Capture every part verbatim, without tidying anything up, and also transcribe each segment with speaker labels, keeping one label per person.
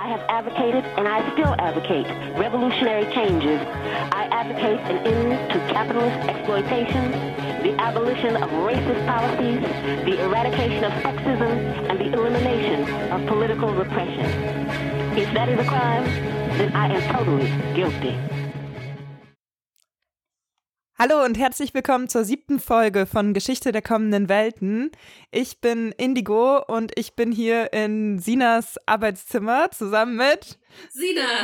Speaker 1: I have advocated and I still advocate revolutionary changes. I advocate an end to capitalist exploitation, the abolition of racist policies, the eradication of sexism, and the elimination of political repression. If that is a crime, then I am totally guilty.
Speaker 2: Hallo und herzlich willkommen zur siebten Folge von Geschichte der kommenden Welten. Ich bin Indigo und ich bin hier in Sinas Arbeitszimmer zusammen mit
Speaker 3: Sina.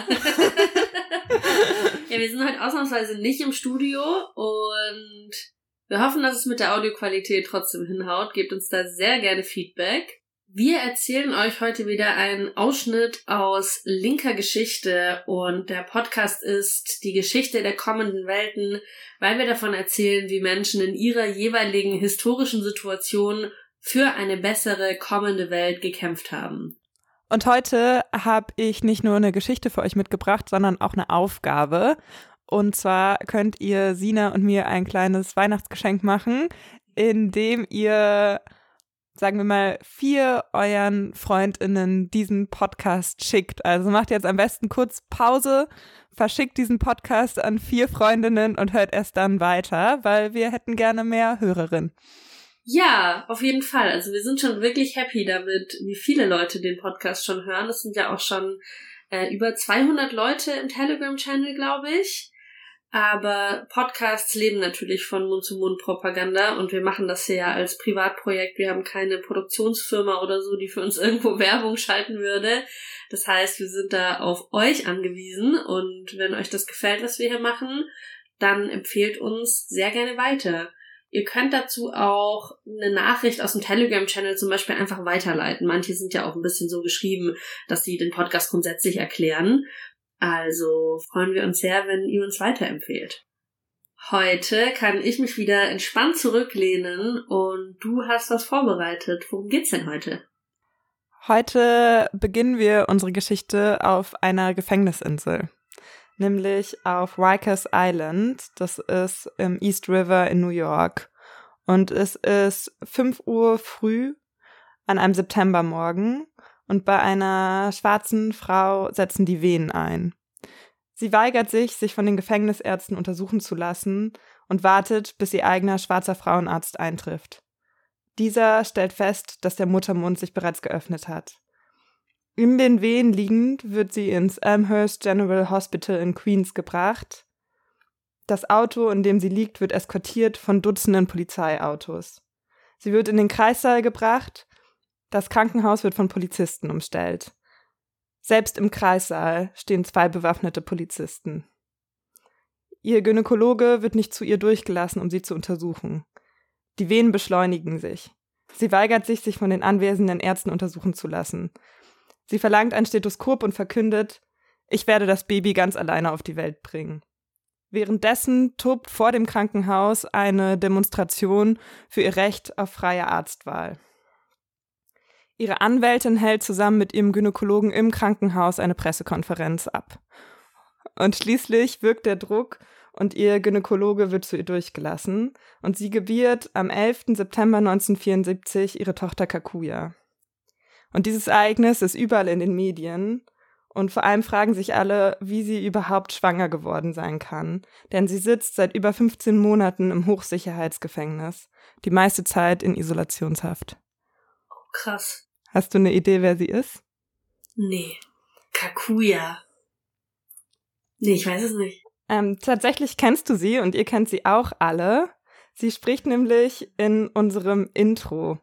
Speaker 3: Ja, wir sind heute ausnahmsweise nicht im Studio und wir hoffen, dass es mit der Audioqualität trotzdem hinhaut. Gebt uns da sehr gerne Feedback. Wir erzählen euch heute wieder einen Ausschnitt aus linker Geschichte und der Podcast ist die Geschichte der kommenden Welten, weil wir davon erzählen, wie Menschen in ihrer jeweiligen historischen Situation für eine bessere kommende Welt gekämpft haben.
Speaker 2: Und heute habe ich nicht nur eine Geschichte für euch mitgebracht, sondern auch eine Aufgabe. Und zwar könnt ihr Sina und mir ein kleines Weihnachtsgeschenk machen, indem ihr, sagen wir mal, vier euren FreundInnen diesen Podcast schickt. Also macht jetzt am besten kurz Pause, verschickt diesen Podcast an vier Freundinnen und hört erst dann weiter, weil wir hätten gerne mehr Hörerinnen.
Speaker 3: Ja, auf jeden Fall. Also wir sind schon wirklich happy damit, wie viele Leute den Podcast schon hören. Das sind ja auch schon äh, über zweihundert Leute im Telegram-Channel, glaube ich. Aber Podcasts leben natürlich von Mund-zu-Mund-Propaganda und wir machen das hier ja als Privatprojekt. Wir haben keine Produktionsfirma oder so, die für uns irgendwo Werbung schalten würde. Das heißt, wir sind da auf euch angewiesen und wenn euch das gefällt, was wir hier machen, dann empfehlt uns sehr gerne weiter. Ihr könnt dazu auch eine Nachricht aus dem Telegram-Channel zum Beispiel einfach weiterleiten. Manche sind ja auch ein bisschen so geschrieben, dass sie den Podcast grundsätzlich erklären. Also freuen wir uns sehr, wenn ihr uns weiterempfehlt. Heute kann ich mich wieder entspannt zurücklehnen und du hast was vorbereitet. Worum geht's denn heute?
Speaker 2: Heute beginnen wir unsere Geschichte auf einer Gefängnisinsel, nämlich auf Rikers Island. Das ist im East River in New York. Und es ist fünf Uhr früh an einem Septembermorgen. Und bei einer schwarzen Frau setzen die Wehen ein. Sie weigert sich, sich von den Gefängnisärzten untersuchen zu lassen und wartet, bis ihr eigener schwarzer Frauenarzt eintrifft. Dieser stellt fest, dass der Muttermund sich bereits geöffnet hat. In den Wehen liegend wird sie ins Elmhurst General Hospital in Queens gebracht. Das Auto, in dem sie liegt, wird eskortiert von Dutzenden Polizeiautos. Sie wird in den Kreissaal gebracht. Das Krankenhaus wird von Polizisten umstellt. Selbst im Kreissaal stehen zwei bewaffnete Polizisten. Ihr Gynäkologe wird nicht zu ihr durchgelassen, um sie zu untersuchen. Die Wehen beschleunigen sich. Sie weigert sich, sich von den anwesenden Ärzten untersuchen zu lassen. Sie verlangt ein Stethoskop und verkündet, ich werde das Baby ganz alleine auf die Welt bringen. Währenddessen tobt vor dem Krankenhaus eine Demonstration für ihr Recht auf freie Arztwahl. Ihre Anwältin hält zusammen mit ihrem Gynäkologen im Krankenhaus eine Pressekonferenz ab. Und schließlich wirkt der Druck und ihr Gynäkologe wird zu ihr durchgelassen und sie gebiert am elften September neunzehnhundertvierundsiebzig ihre Tochter Kakuya. Und dieses Ereignis ist überall in den Medien und vor allem fragen sich alle, wie sie überhaupt schwanger geworden sein kann, denn sie sitzt seit über fünfzehn Monaten im Hochsicherheitsgefängnis, die meiste Zeit in Isolationshaft.
Speaker 3: Oh, krass.
Speaker 2: Hast du eine Idee, wer sie ist?
Speaker 3: Nee. Kakuya. Nee, ich weiß es nicht.
Speaker 2: Ähm, tatsächlich kennst du sie und ihr kennt sie auch alle. Sie spricht nämlich in unserem Intro.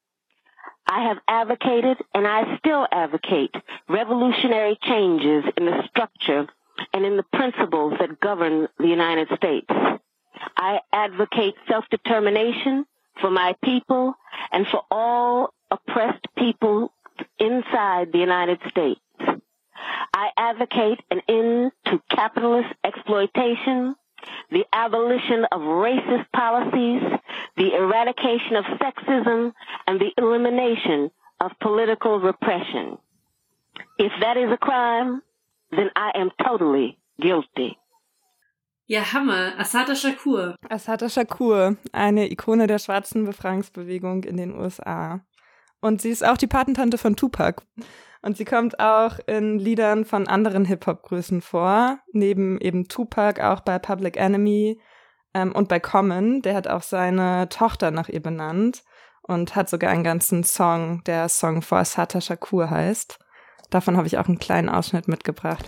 Speaker 1: I have advocated and I still advocate revolutionary changes in the structure and in the principles that govern the United States. I advocate self-determination for my people and for all oppressed people inside the United States. I advocate an end to capitalist exploitation, the abolition of racist policies, the eradication of sexism, and the elimination of political repression. If that is a crime, then I am totally guilty.
Speaker 3: Ja, Hammer. Assata Shakur.
Speaker 2: Assata Shakur, eine Ikone der schwarzen Befreiungsbewegung in den U S A. Und sie ist auch die Patentante von Tupac. Und sie kommt auch in Liedern von anderen Hip-Hop-Größen vor, neben eben Tupac auch bei Public Enemy ähm, und bei Common. Der hat auch seine Tochter nach ihr benannt und hat sogar einen ganzen Song, der Song for Assata Shakur heißt. Davon habe ich auch einen kleinen Ausschnitt mitgebracht.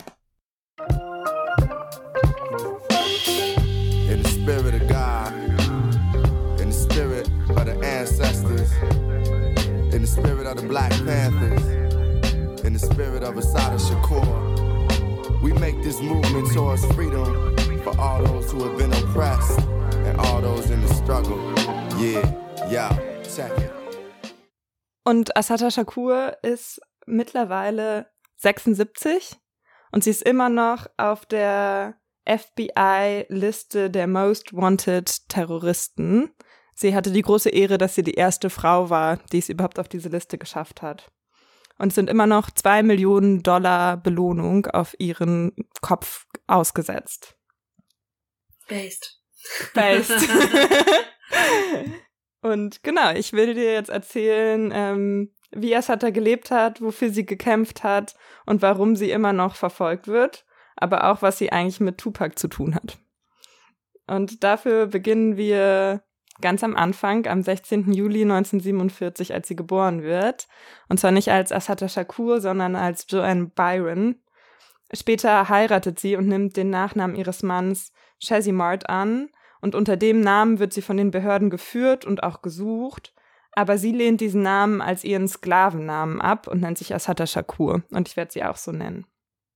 Speaker 4: In the spirit of God, in the spirit of the ancestors, in the spirit of the Black Panthers, in the spirit of Assata Shakur, we make this movement towards freedom for all those who have been oppressed and all those in the struggle. Yeah, yeah, check it.
Speaker 2: Und Assata Shakur ist mittlerweile sechsundsiebzig und sie ist immer noch auf der F B I-Liste der Most Wanted Terroristen. Sie hatte die große Ehre, dass sie die erste Frau war, die es überhaupt auf diese Liste geschafft hat. Und es sind immer noch zwei Millionen Dollar Belohnung auf ihren Kopf ausgesetzt.
Speaker 3: Based.
Speaker 2: Based. Und genau, ich will dir jetzt erzählen, ähm, wie Assata gelebt hat, wofür sie gekämpft hat und warum sie immer noch verfolgt wird, aber auch, was sie eigentlich mit Tupac zu tun hat. Und dafür beginnen wir ganz am Anfang, am sechzehnten Juli neunzehnhundertsiebenundvierzig, als sie geboren wird. Und zwar nicht als Assata Shakur, sondern als Joanne Byron. Später heiratet sie und nimmt den Nachnamen ihres Manns Shazimard an. Und unter dem Namen wird sie von den Behörden geführt und auch gesucht. Aber sie lehnt diesen Namen als ihren Sklavennamen ab und nennt sich Assata Shakur. Und ich werde sie auch so nennen.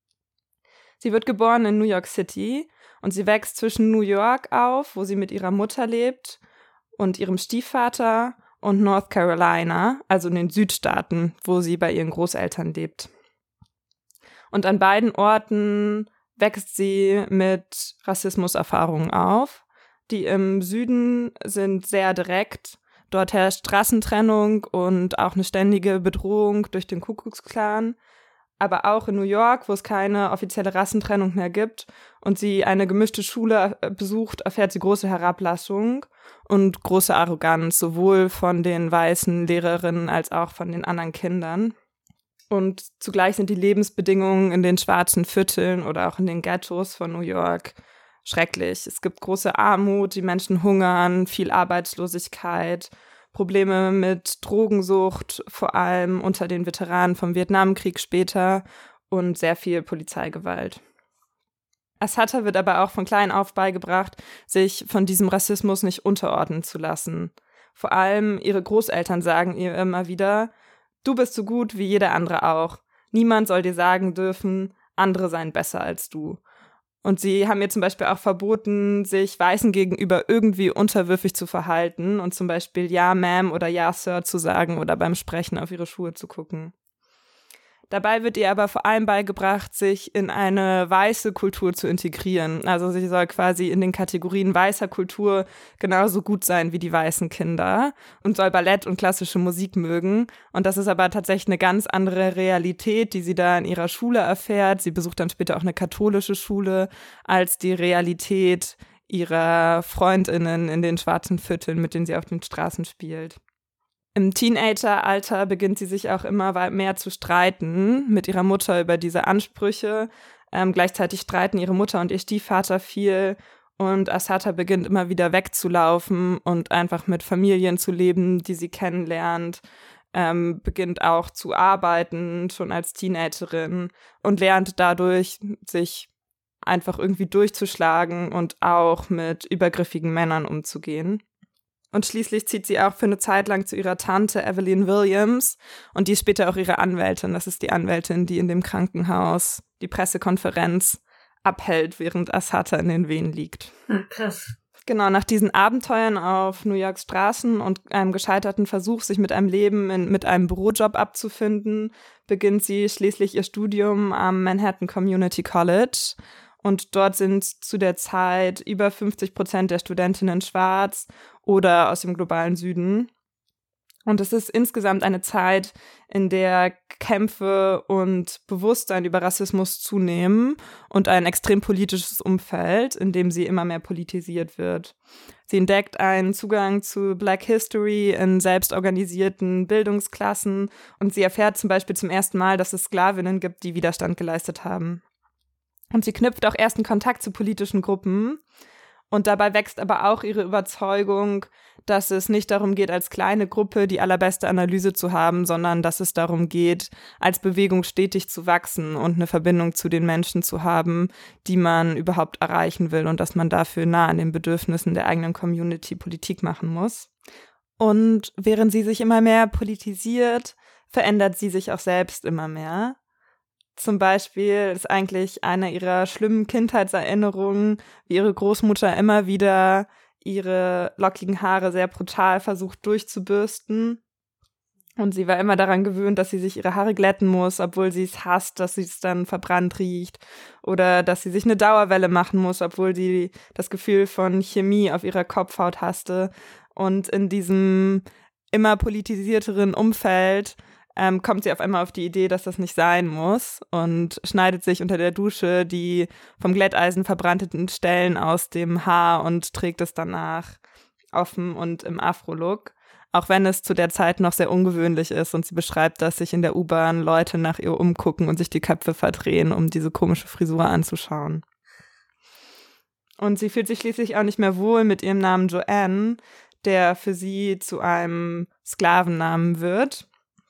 Speaker 2: Sie wird geboren in New York City und sie wächst zwischen New York auf, wo sie mit ihrer Mutter lebt, und ihrem Stiefvater, und North Carolina, also in den Südstaaten, wo sie bei ihren Großeltern lebt. Und an beiden Orten wächst sie mit Rassismuserfahrungen auf. Die im Süden sind sehr direkt. Dort herrscht Rassentrennung und auch eine ständige Bedrohung durch den Ku Klux Klan. Aber auch in New York, wo es keine offizielle Rassentrennung mehr gibt und sie eine gemischte Schule besucht, erfährt sie große Herablassung und große Arroganz, sowohl von den weißen Lehrerinnen als auch von den anderen Kindern. Und zugleich sind die Lebensbedingungen in den schwarzen Vierteln oder auch in den Ghettos von New York schrecklich. Es gibt große Armut, die Menschen hungern, viel Arbeitslosigkeit, Probleme mit Drogensucht, vor allem unter den Veteranen vom Vietnamkrieg später, und sehr viel Polizeigewalt. Assata wird aber auch von klein auf beigebracht, sich von diesem Rassismus nicht unterordnen zu lassen. Vor allem ihre Großeltern sagen ihr immer wieder: Du bist so gut wie jeder andere auch. Niemand soll dir sagen dürfen, andere seien besser als du. Und sie haben ihr zum Beispiel auch verboten, sich Weißen gegenüber irgendwie unterwürfig zu verhalten und zum Beispiel Ja, Ma'am oder Ja, Sir zu sagen oder beim Sprechen auf ihre Schuhe zu gucken. Dabei wird ihr aber vor allem beigebracht, sich in eine weiße Kultur zu integrieren. Also sie soll quasi in den Kategorien weißer Kultur genauso gut sein wie die weißen Kinder und soll Ballett und klassische Musik mögen. Und das ist aber tatsächlich eine ganz andere Realität, die sie da in ihrer Schule erfährt. Sie besucht dann später auch eine katholische Schule, als die Realität ihrer FreundInnen in den schwarzen Vierteln, mit denen sie auf den Straßen spielt. Im Teenageralter beginnt sie sich auch immer mehr zu streiten mit ihrer Mutter über diese Ansprüche. Ähm, gleichzeitig streiten ihre Mutter und ihr Stiefvater viel und Assata beginnt immer wieder wegzulaufen und einfach mit Familien zu leben, die sie kennenlernt, ähm, beginnt auch zu arbeiten, schon als Teenagerin, und lernt dadurch, sich einfach irgendwie durchzuschlagen und auch mit übergriffigen Männern umzugehen. Und schließlich zieht sie auch für eine Zeit lang zu ihrer Tante Evelyn Williams, und die ist später auch ihre Anwältin. Das ist die Anwältin, die in dem Krankenhaus die Pressekonferenz abhält, während Assata in den Wehen liegt.
Speaker 3: Ah, krass.
Speaker 2: Genau, nach diesen Abenteuern auf New Yorks Straßen und einem gescheiterten Versuch, sich mit einem Leben in, mit einem Bürojob abzufinden, beginnt sie schließlich ihr Studium am Manhattan Community College. Und dort sind zu der Zeit über fünfzig Prozent der Studentinnen schwarz oder aus dem globalen Süden. Und es ist insgesamt eine Zeit, in der Kämpfe und Bewusstsein über Rassismus zunehmen und ein extrem politisches Umfeld, in dem sie immer mehr politisiert wird. Sie entdeckt einen Zugang zu Black History in selbstorganisierten Bildungsklassen und sie erfährt zum Beispiel zum ersten Mal, dass es Sklavinnen gibt, die Widerstand geleistet haben. Und sie knüpft auch ersten Kontakt zu politischen Gruppen. Und dabei wächst aber auch ihre Überzeugung, dass es nicht darum geht, als kleine Gruppe die allerbeste Analyse zu haben, sondern dass es darum geht, als Bewegung stetig zu wachsen und eine Verbindung zu den Menschen zu haben, die man überhaupt erreichen will und dass man dafür nah an den Bedürfnissen der eigenen Community Politik machen muss. Und während sie sich immer mehr politisiert, verändert sie sich auch selbst immer mehr. Zum Beispiel ist eigentlich eine ihrer schlimmen Kindheitserinnerungen, wie ihre Großmutter immer wieder ihre lockigen Haare sehr brutal versucht durchzubürsten. Und sie war immer daran gewöhnt, dass sie sich ihre Haare glätten muss, obwohl sie es hasst, dass sie es dann verbrannt riecht. Oder dass sie sich eine Dauerwelle machen muss, obwohl sie das Gefühl von Chemie auf ihrer Kopfhaut hasste. Und in diesem immer politisierteren Umfeld Ähm, kommt sie auf einmal auf die Idee, dass das nicht sein muss und schneidet sich unter der Dusche die vom Glätteisen verbrannten Stellen aus dem Haar und trägt es danach offen und im Afro-Look, auch wenn es zu der Zeit noch sehr ungewöhnlich ist und sie beschreibt, dass sich in der U-Bahn Leute nach ihr umgucken und sich die Köpfe verdrehen, um diese komische Frisur anzuschauen. Und sie fühlt sich schließlich auch nicht mehr wohl mit ihrem Namen Joanne, der für sie zu einem Sklavennamen wird.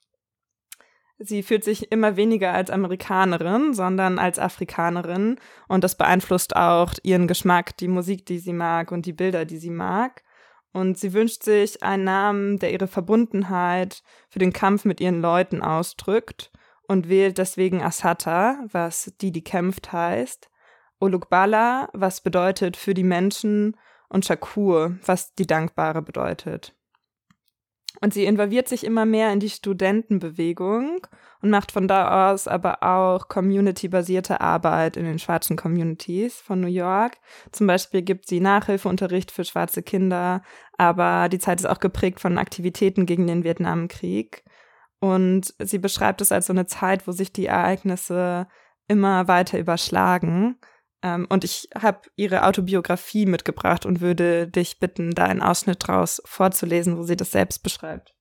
Speaker 2: Sie fühlt sich immer weniger als Amerikanerin, sondern als Afrikanerin und das beeinflusst auch ihren Geschmack, die Musik, die sie mag und die Bilder, die sie mag. Und sie wünscht sich einen Namen, der ihre Verbundenheit für den Kampf mit ihren Leuten ausdrückt und wählt deswegen Assata, was die, die kämpft heißt, Olugbala, was bedeutet für die Menschen und Shakur, was die Dankbare bedeutet. Und sie involviert sich immer mehr in die Studentenbewegung und macht von da aus aber auch community-basierte Arbeit in den schwarzen Communities von New York. Zum Beispiel gibt sie Nachhilfeunterricht für schwarze Kinder, aber die Zeit ist auch geprägt von Aktivitäten gegen den Vietnamkrieg. Und sie beschreibt es als so eine Zeit, wo sich die Ereignisse immer weiter überschlagen. Und ich habe ihre Autobiografie mitgebracht und würde dich bitten, da einen Ausschnitt draus vorzulesen, wo sie das selbst beschreibt.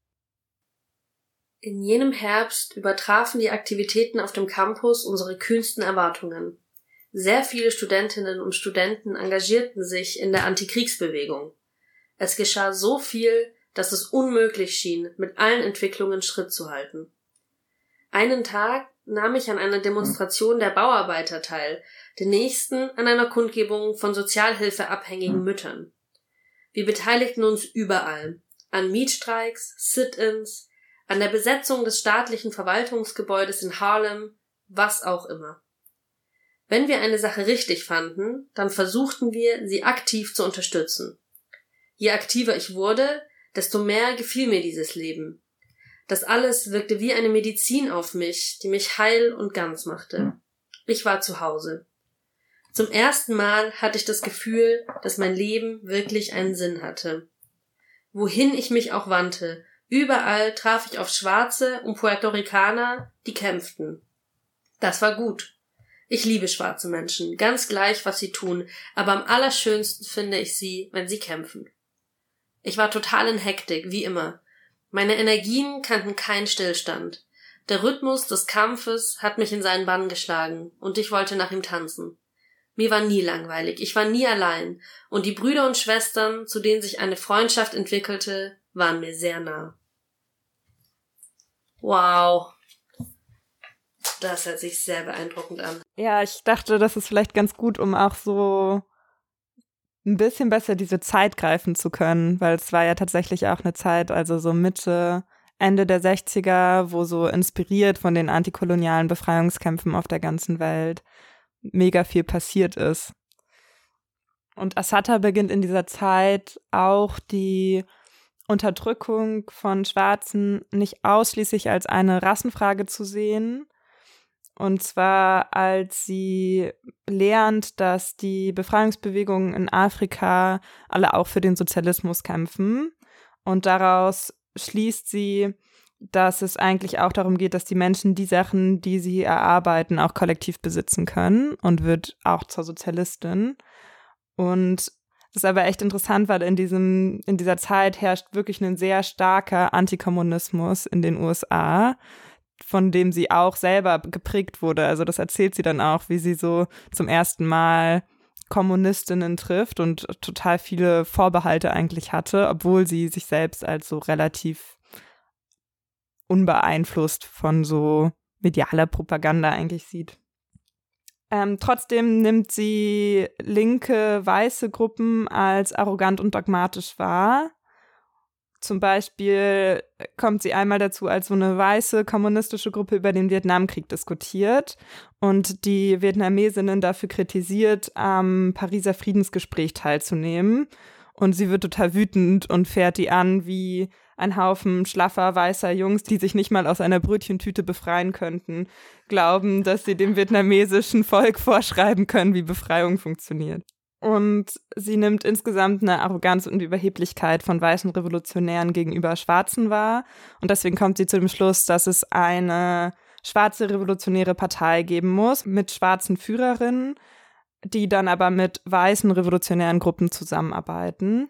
Speaker 3: In jenem Herbst übertrafen die Aktivitäten auf dem Campus unsere kühnsten Erwartungen. Sehr viele Studentinnen und Studenten engagierten sich in der Antikriegsbewegung. Es geschah so viel, dass es unmöglich schien, mit allen Entwicklungen Schritt zu halten. Einen Tag nahm ich an einer Demonstration der Bauarbeiter teil, den nächsten an einer Kundgebung von sozialhilfeabhängigen Müttern. Wir beteiligten uns überall, an Mietstreiks, Sit-ins, an der Besetzung des staatlichen Verwaltungsgebäudes in Harlem, was auch immer. Wenn wir eine Sache richtig fanden, dann versuchten wir, sie aktiv zu unterstützen. Je aktiver ich wurde, desto mehr gefiel mir dieses Leben. Das alles wirkte wie eine Medizin auf mich, die mich heil und ganz machte. Ich war zu Hause. Zum ersten Mal hatte ich das Gefühl, dass mein Leben wirklich einen Sinn hatte. Wohin ich mich auch wandte, überall traf ich auf Schwarze und Puerto Ricaner, die kämpften. Das war gut. Ich liebe schwarze Menschen, ganz gleich, was sie tun, aber am allerschönsten finde ich sie, wenn sie kämpfen. Ich war total in Hektik, wie immer. Meine Energien kannten keinen Stillstand. Der Rhythmus des Kampfes hat mich in seinen Bann geschlagen, und ich wollte nach ihm tanzen. Mir war nie langweilig, ich war nie allein, und die Brüder und Schwestern, zu denen sich eine Freundschaft entwickelte, waren mir sehr nah. Wow. Das hört sich sehr beeindruckend an.
Speaker 2: Ja, ich dachte, das ist vielleicht ganz gut, um auch so ein bisschen besser diese Zeit greifen zu können, weil es war ja tatsächlich auch eine Zeit, also so Mitte, Ende der sechziger, wo so inspiriert von den antikolonialen Befreiungskämpfen auf der ganzen Welt mega viel passiert ist. Und Assata beginnt in dieser Zeit auch die Unterdrückung von Schwarzen nicht ausschließlich als eine Rassenfrage zu sehen, und zwar als sie lernt, dass die Befreiungsbewegungen in Afrika alle auch für den Sozialismus kämpfen und daraus schließt sie, dass es eigentlich auch darum geht, dass die Menschen die Sachen, die sie erarbeiten, auch kollektiv besitzen können und wird auch zur Sozialistin. Und das ist aber echt interessant, weil in diesem, in dieser Zeit herrscht wirklich ein sehr starker Antikommunismus in den U S A, von dem sie auch selber geprägt wurde. Also das erzählt sie dann auch, wie sie so zum ersten Mal Kommunistinnen trifft und total viele Vorbehalte eigentlich hatte, obwohl sie sich selbst als so relativ unbeeinflusst von so medialer Propaganda eigentlich sieht. Ähm, trotzdem nimmt sie linke, weiße Gruppen als arrogant und dogmatisch wahr. Zum Beispiel kommt sie einmal dazu, als so eine weiße kommunistische Gruppe über den Vietnamkrieg diskutiert und die Vietnamesinnen dafür kritisiert, am Pariser Friedensgespräch teilzunehmen. Und sie wird total wütend und fährt die an wie ein Haufen schlaffer, weißer Jungs, die sich nicht mal aus einer Brötchentüte befreien könnten, glauben, dass sie dem vietnamesischen Volk vorschreiben können, wie Befreiung funktioniert. Und sie nimmt insgesamt eine Arroganz und Überheblichkeit von weißen Revolutionären gegenüber Schwarzen wahr. Und deswegen kommt sie zu dem Schluss, dass es eine schwarze revolutionäre Partei geben muss mit schwarzen Führerinnen, die dann aber mit weißen revolutionären Gruppen zusammenarbeiten.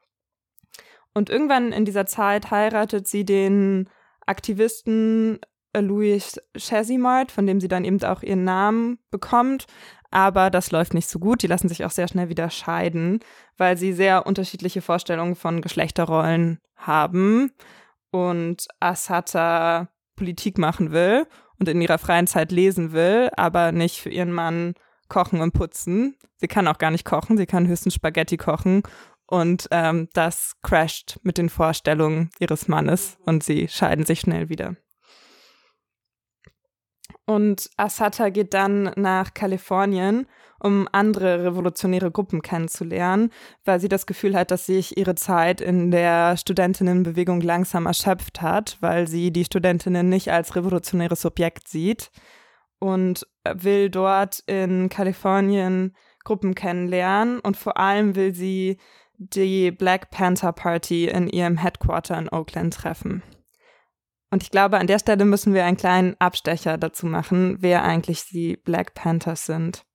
Speaker 2: Und irgendwann in dieser Zeit heiratet sie den Aktivisten Louis Chazimard, von dem sie dann eben auch ihren Namen bekommt. Aber das läuft nicht so gut. Die lassen sich auch sehr schnell wieder scheiden, weil sie sehr unterschiedliche Vorstellungen von Geschlechterrollen haben und Assata Politik machen will und in ihrer freien Zeit lesen will, aber nicht für ihren Mann kochen und putzen. Sie kann auch gar nicht kochen, sie kann höchstens Spaghetti kochen. Und ähm, das crasht mit den Vorstellungen ihres Mannes und sie scheiden sich schnell wieder. Und Assata geht dann nach Kalifornien, um andere revolutionäre Gruppen kennenzulernen, weil sie das Gefühl hat, dass sich ihre Zeit in der Studentinnenbewegung langsam erschöpft hat, weil sie die Studentinnen nicht als revolutionäres Subjekt sieht und will dort in Kalifornien Gruppen kennenlernen und vor allem will sie die Black Panther Party in ihrem Headquarter in Oakland treffen. Und ich glaube, an der Stelle müssen wir einen kleinen Abstecher dazu machen, wer eigentlich die Black Panthers sind.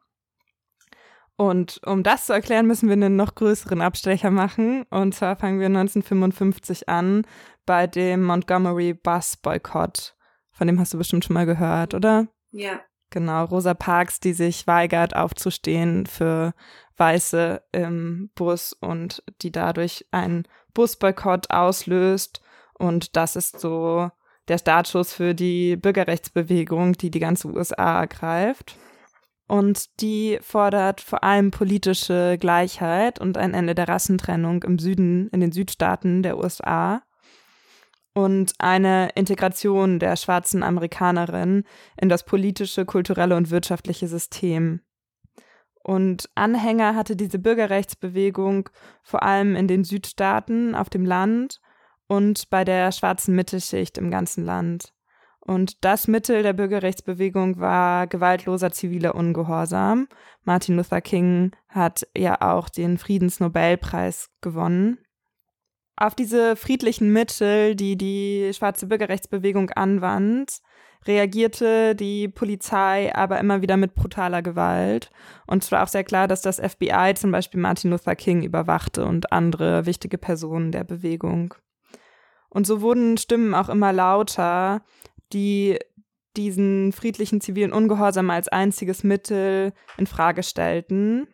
Speaker 2: Und um das zu erklären, müssen wir einen noch größeren Abstecher machen. Und zwar fangen wir neunzehnhundertfünfundfünfzig an bei dem Montgomery Bus Boycott. Von dem hast du bestimmt schon mal gehört, oder?
Speaker 3: Ja.
Speaker 2: Genau, Rosa Parks, die sich weigert aufzustehen für Weiße im Bus und die dadurch einen Busboykott auslöst. Und das ist so der Startschuss für die Bürgerrechtsbewegung, die die ganze U S A ergreift. Und die fordert vor allem politische Gleichheit und ein Ende der Rassentrennung im Süden, in den Südstaaten der U S A. Und eine Integration der schwarzen Amerikanerin in das politische, kulturelle und wirtschaftliche System. Und Anhänger hatte diese Bürgerrechtsbewegung vor allem in den Südstaaten auf dem Land und bei der schwarzen Mittelschicht im ganzen Land. Und das Mittel der Bürgerrechtsbewegung war gewaltloser ziviler Ungehorsam. Martin Luther King hat ja auch den Friedensnobelpreis gewonnen. Auf diese friedlichen Mittel, die die schwarze Bürgerrechtsbewegung anwandt, reagierte die Polizei aber immer wieder mit brutaler Gewalt. Und es war auch sehr klar, dass das F B I zum Beispiel Martin Luther King überwachte und andere wichtige Personen der Bewegung. Und so wurden Stimmen auch immer lauter, die diesen friedlichen zivilen Ungehorsam als einziges Mittel in Frage stellten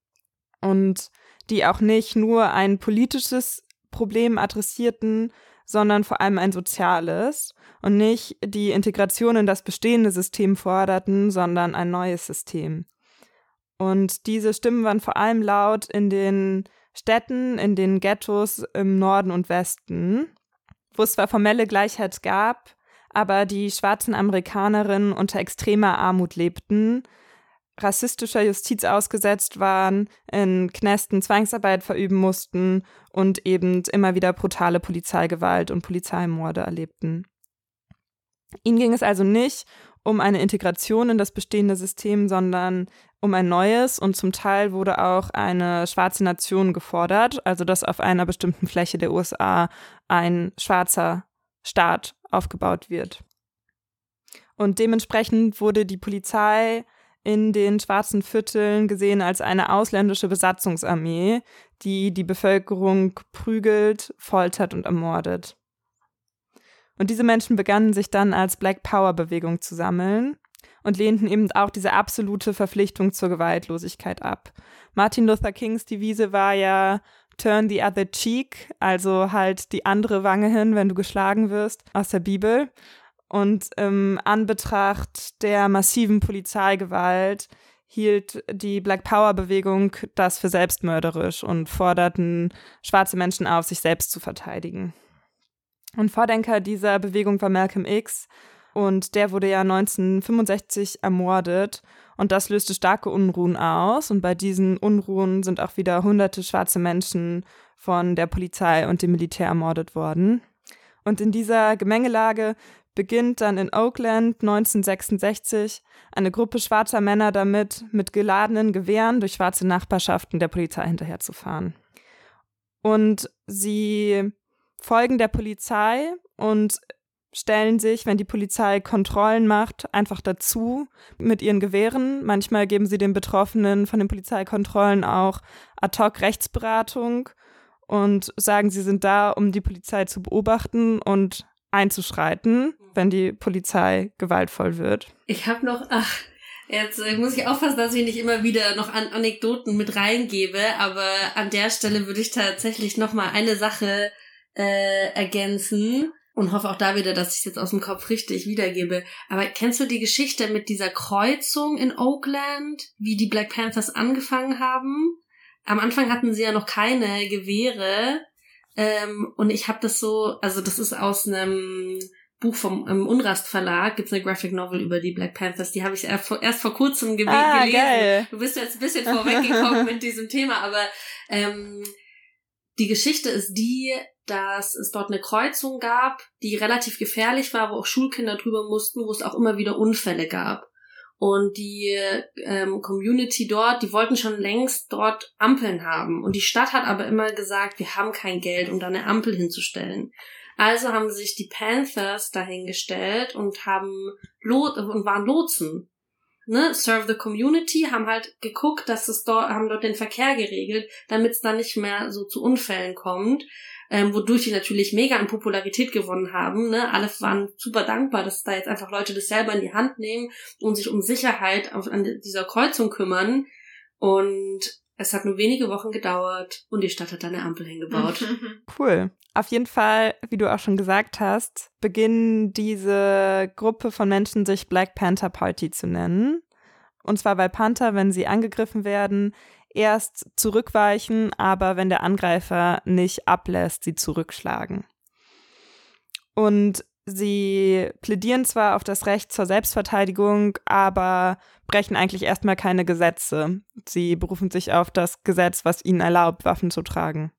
Speaker 2: und die auch nicht nur ein politisches Problem adressierten, sondern vor allem ein soziales und nicht die Integration in das bestehende System forderten, sondern ein neues System. Und diese Stimmen waren vor allem laut in den Städten, in den Ghettos im Norden und Westen, wo es zwar formelle Gleichheit gab, aber die schwarzen Amerikanerinnen unter extremer Armut lebten, rassistischer Justiz ausgesetzt waren, in Knästen Zwangsarbeit verüben mussten und eben immer wieder brutale Polizeigewalt und Polizeimorde erlebten. Ihnen ging es also nicht um eine Integration in das bestehende System, sondern um ein neues, und zum Teil wurde auch eine schwarze Nation gefordert, also dass auf einer bestimmten Fläche der U S A ein schwarzer Staat aufgebaut wird. Und dementsprechend wurde die Polizei in den schwarzen Vierteln gesehen als eine ausländische Besatzungsarmee, die die Bevölkerung prügelt, foltert und ermordet. Und diese Menschen begannen sich dann als Black Power-Bewegung zu sammeln und lehnten eben auch diese absolute Verpflichtung zur Gewaltlosigkeit ab. Martin Luther Kings Devise war ja Turn the other cheek, also halt die andere Wange hin, wenn du geschlagen wirst, aus der Bibel. Und im Anbetracht der massiven Polizeigewalt hielt die Black Power-Bewegung das für selbstmörderisch und forderten schwarze Menschen auf, sich selbst zu verteidigen. Und Vordenker dieser Bewegung war Malcolm X, und der wurde ja neunzehnhundertfünfundsechzig ermordet, und das löste starke Unruhen aus, und bei diesen Unruhen sind auch wieder hunderte schwarze Menschen von der Polizei und dem Militär ermordet worden. Und in dieser Gemengelage beginnt dann in Oakland neunzehnhundertsechsundsechzig eine Gruppe schwarzer Männer damit, mit geladenen Gewehren durch schwarze Nachbarschaften der Polizei hinterherzufahren. Und sie folgen der Polizei und stellen sich, wenn die Polizei Kontrollen macht, einfach dazu mit ihren Gewehren. Manchmal geben sie den Betroffenen von den Polizeikontrollen auch ad hoc Rechtsberatung und sagen, sie sind da, um die Polizei zu beobachten und einzuschreiten, wenn die Polizei gewaltvoll wird.
Speaker 3: Ich habe noch, ach, jetzt muss ich aufpassen, dass ich nicht immer wieder noch an Anekdoten mit reingebe, aber an der Stelle würde ich tatsächlich noch mal eine Sache äh, ergänzen und hoffe auch da wieder, dass ich es jetzt aus dem Kopf richtig wiedergebe. Aber kennst du die Geschichte mit dieser Kreuzung in Oakland, wie die Black Panthers angefangen haben? Am Anfang hatten sie ja noch keine Gewehre, ähm, und ich habe das so, also das ist aus einem Buch vom um, Unrast Verlag, gibt's eine Graphic Novel über die Black Panthers, die habe ich erst vor, erst vor kurzem ge-
Speaker 2: ah,
Speaker 3: gelesen.
Speaker 2: Geil.
Speaker 3: Du bist jetzt ein bisschen vorweggekommen mit diesem Thema, aber ähm, die Geschichte ist die, dass es dort eine Kreuzung gab, die relativ gefährlich war, wo auch Schulkinder drüber mussten, wo es auch immer wieder Unfälle gab. Und die ähm, Community dort, die wollten schon längst dort Ampeln haben. Und die Stadt hat aber immer gesagt, wir haben kein Geld, um da eine Ampel hinzustellen. Also haben sich die Panthers dahingestellt und haben Lot und waren Lotsen. Ne? Serve the Community, haben halt geguckt, dass es dort, haben dort den Verkehr geregelt, damit es dann nicht mehr so zu Unfällen kommt. Ähm, wodurch die natürlich mega an Popularität gewonnen haben. Ne? Alle waren super dankbar, dass da jetzt einfach Leute das selber in die Hand nehmen und sich um Sicherheit auf, an dieser Kreuzung kümmern. Und es hat nur wenige Wochen gedauert und die Stadt hat dann eine Ampel hingebaut.
Speaker 2: Cool. Auf jeden Fall, wie du auch schon gesagt hast, beginnen diese Gruppe von Menschen sich Black Panther Party zu nennen. Und zwar, weil Panther, wenn sie angegriffen werden, erst zurückweichen, aber wenn der Angreifer nicht ablässt, sie zurückschlagen. Und sie plädieren zwar auf das Recht zur Selbstverteidigung, aber brechen eigentlich erstmal keine Gesetze. Sie berufen sich auf das Gesetz, was ihnen erlaubt, Waffen zu tragen.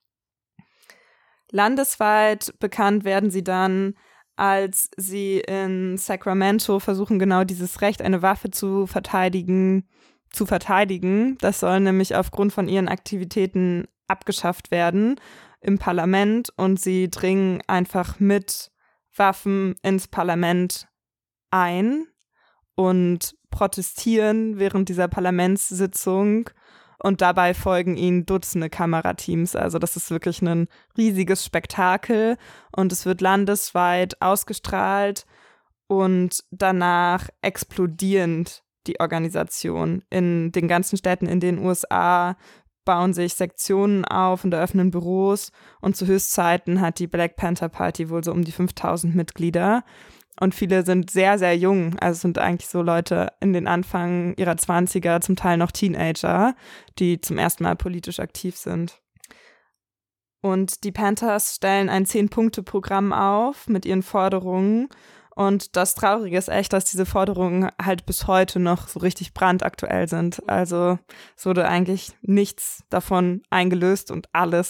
Speaker 2: Landesweit bekannt werden sie dann, als sie in Sacramento versuchen, genau dieses Recht, eine Waffe zu verteidigen, zu verteidigen. Das soll nämlich aufgrund von ihren Aktivitäten abgeschafft werden im Parlament, und sie dringen einfach mit Waffen ins Parlament ein und protestieren während dieser Parlamentssitzung, und dabei folgen ihnen Dutzende Kamerateams. Also das ist wirklich ein riesiges Spektakel, und es wird landesweit ausgestrahlt und danach explodierend die Organisation. In den ganzen Städten in den U S A bauen sich Sektionen auf und eröffnen Büros, und zu Höchstzeiten hat die Black Panther Party wohl so um die fünftausend Mitglieder, und viele sind sehr, sehr jung, also sind eigentlich so Leute in den Anfang ihrer Zwanziger, zum Teil noch Teenager, die zum ersten Mal politisch aktiv sind. Und die Panthers stellen ein Zehn-Punkte-Programm auf mit ihren Forderungen. Und das Traurige ist echt, dass diese Forderungen halt bis heute noch so richtig brandaktuell sind. Also es wurde eigentlich nichts davon eingelöst und alles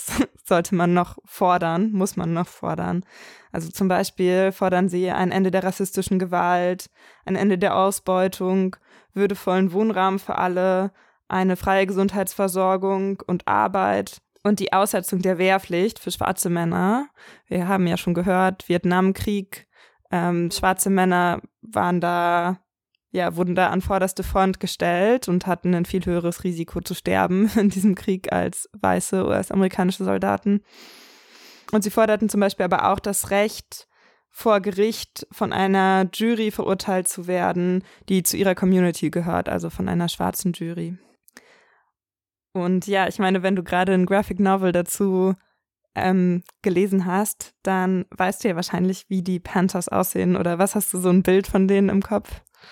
Speaker 2: sollte man noch fordern, muss man noch fordern. Also zum Beispiel fordern sie ein Ende der rassistischen Gewalt, ein Ende der Ausbeutung, würdevollen Wohnraum für alle, eine freie Gesundheitsversorgung und Arbeit und die Aussetzung der Wehrpflicht für schwarze Männer. Wir haben ja schon gehört, Vietnamkrieg, ähm, schwarze Männer waren da, ja, wurden da an vorderste Front gestellt und hatten ein viel höheres Risiko zu sterben in diesem Krieg als weiße U S-amerikanische Soldaten. Und sie forderten zum Beispiel aber auch das Recht, vor Gericht von einer Jury verurteilt zu werden, die zu ihrer Community gehört, also von einer schwarzen Jury. Und ja, ich meine, wenn du gerade ein Graphic Novel dazu ähm, gelesen hast, dann weißt du ja wahrscheinlich, wie die Panthers aussehen, oder was, hast du so ein Bild von denen im Kopf?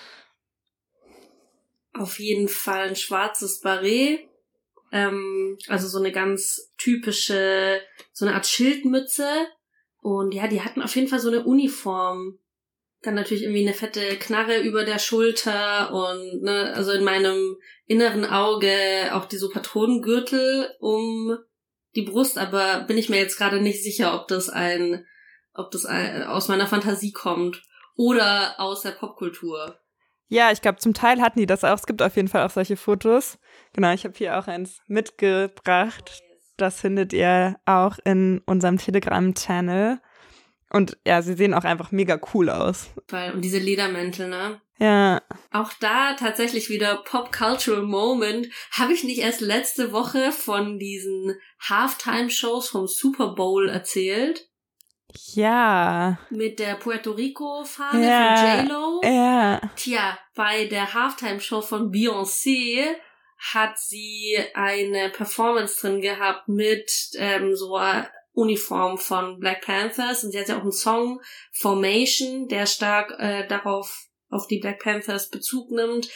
Speaker 3: Auf jeden Fall ein schwarzes Barett, ähm, also so eine ganz typische, so eine Art Schildmütze. Und ja, die hatten auf jeden Fall so eine Uniform. Dann natürlich irgendwie eine fette Knarre über der Schulter und ne, also in meinem inneren Auge auch die so Patronengürtel um die Brust, aber bin ich mir jetzt gerade nicht sicher, ob das ein, ob das ein, aus meiner Fantasie kommt oder aus der Popkultur.
Speaker 2: Ja, ich glaube, zum Teil hatten die das auch. Es gibt auf jeden Fall auch solche Fotos. Genau, ich habe hier auch eins mitgebracht. Das findet ihr auch in unserem Telegram-Channel. Und ja, sie sehen auch einfach mega cool aus.
Speaker 3: Und diese Ledermäntel, ne?
Speaker 2: Ja.
Speaker 3: Auch da tatsächlich wieder Pop-Cultural Moment. Habe ich nicht erst letzte Woche von diesen Halftime-Shows vom Super Bowl erzählt?
Speaker 2: Ja.
Speaker 3: Mit der Puerto Rico-Fahne
Speaker 2: ja.
Speaker 3: von J-Lo?
Speaker 2: Ja.
Speaker 3: Tja, bei der Halftime-Show von Beyoncé hat sie eine Performance drin gehabt mit ähm, so einer Uniform von Black Panthers, und sie hat ja auch einen Song, Formation, der stark äh, darauf auf die Black Panthers Bezug nimmt,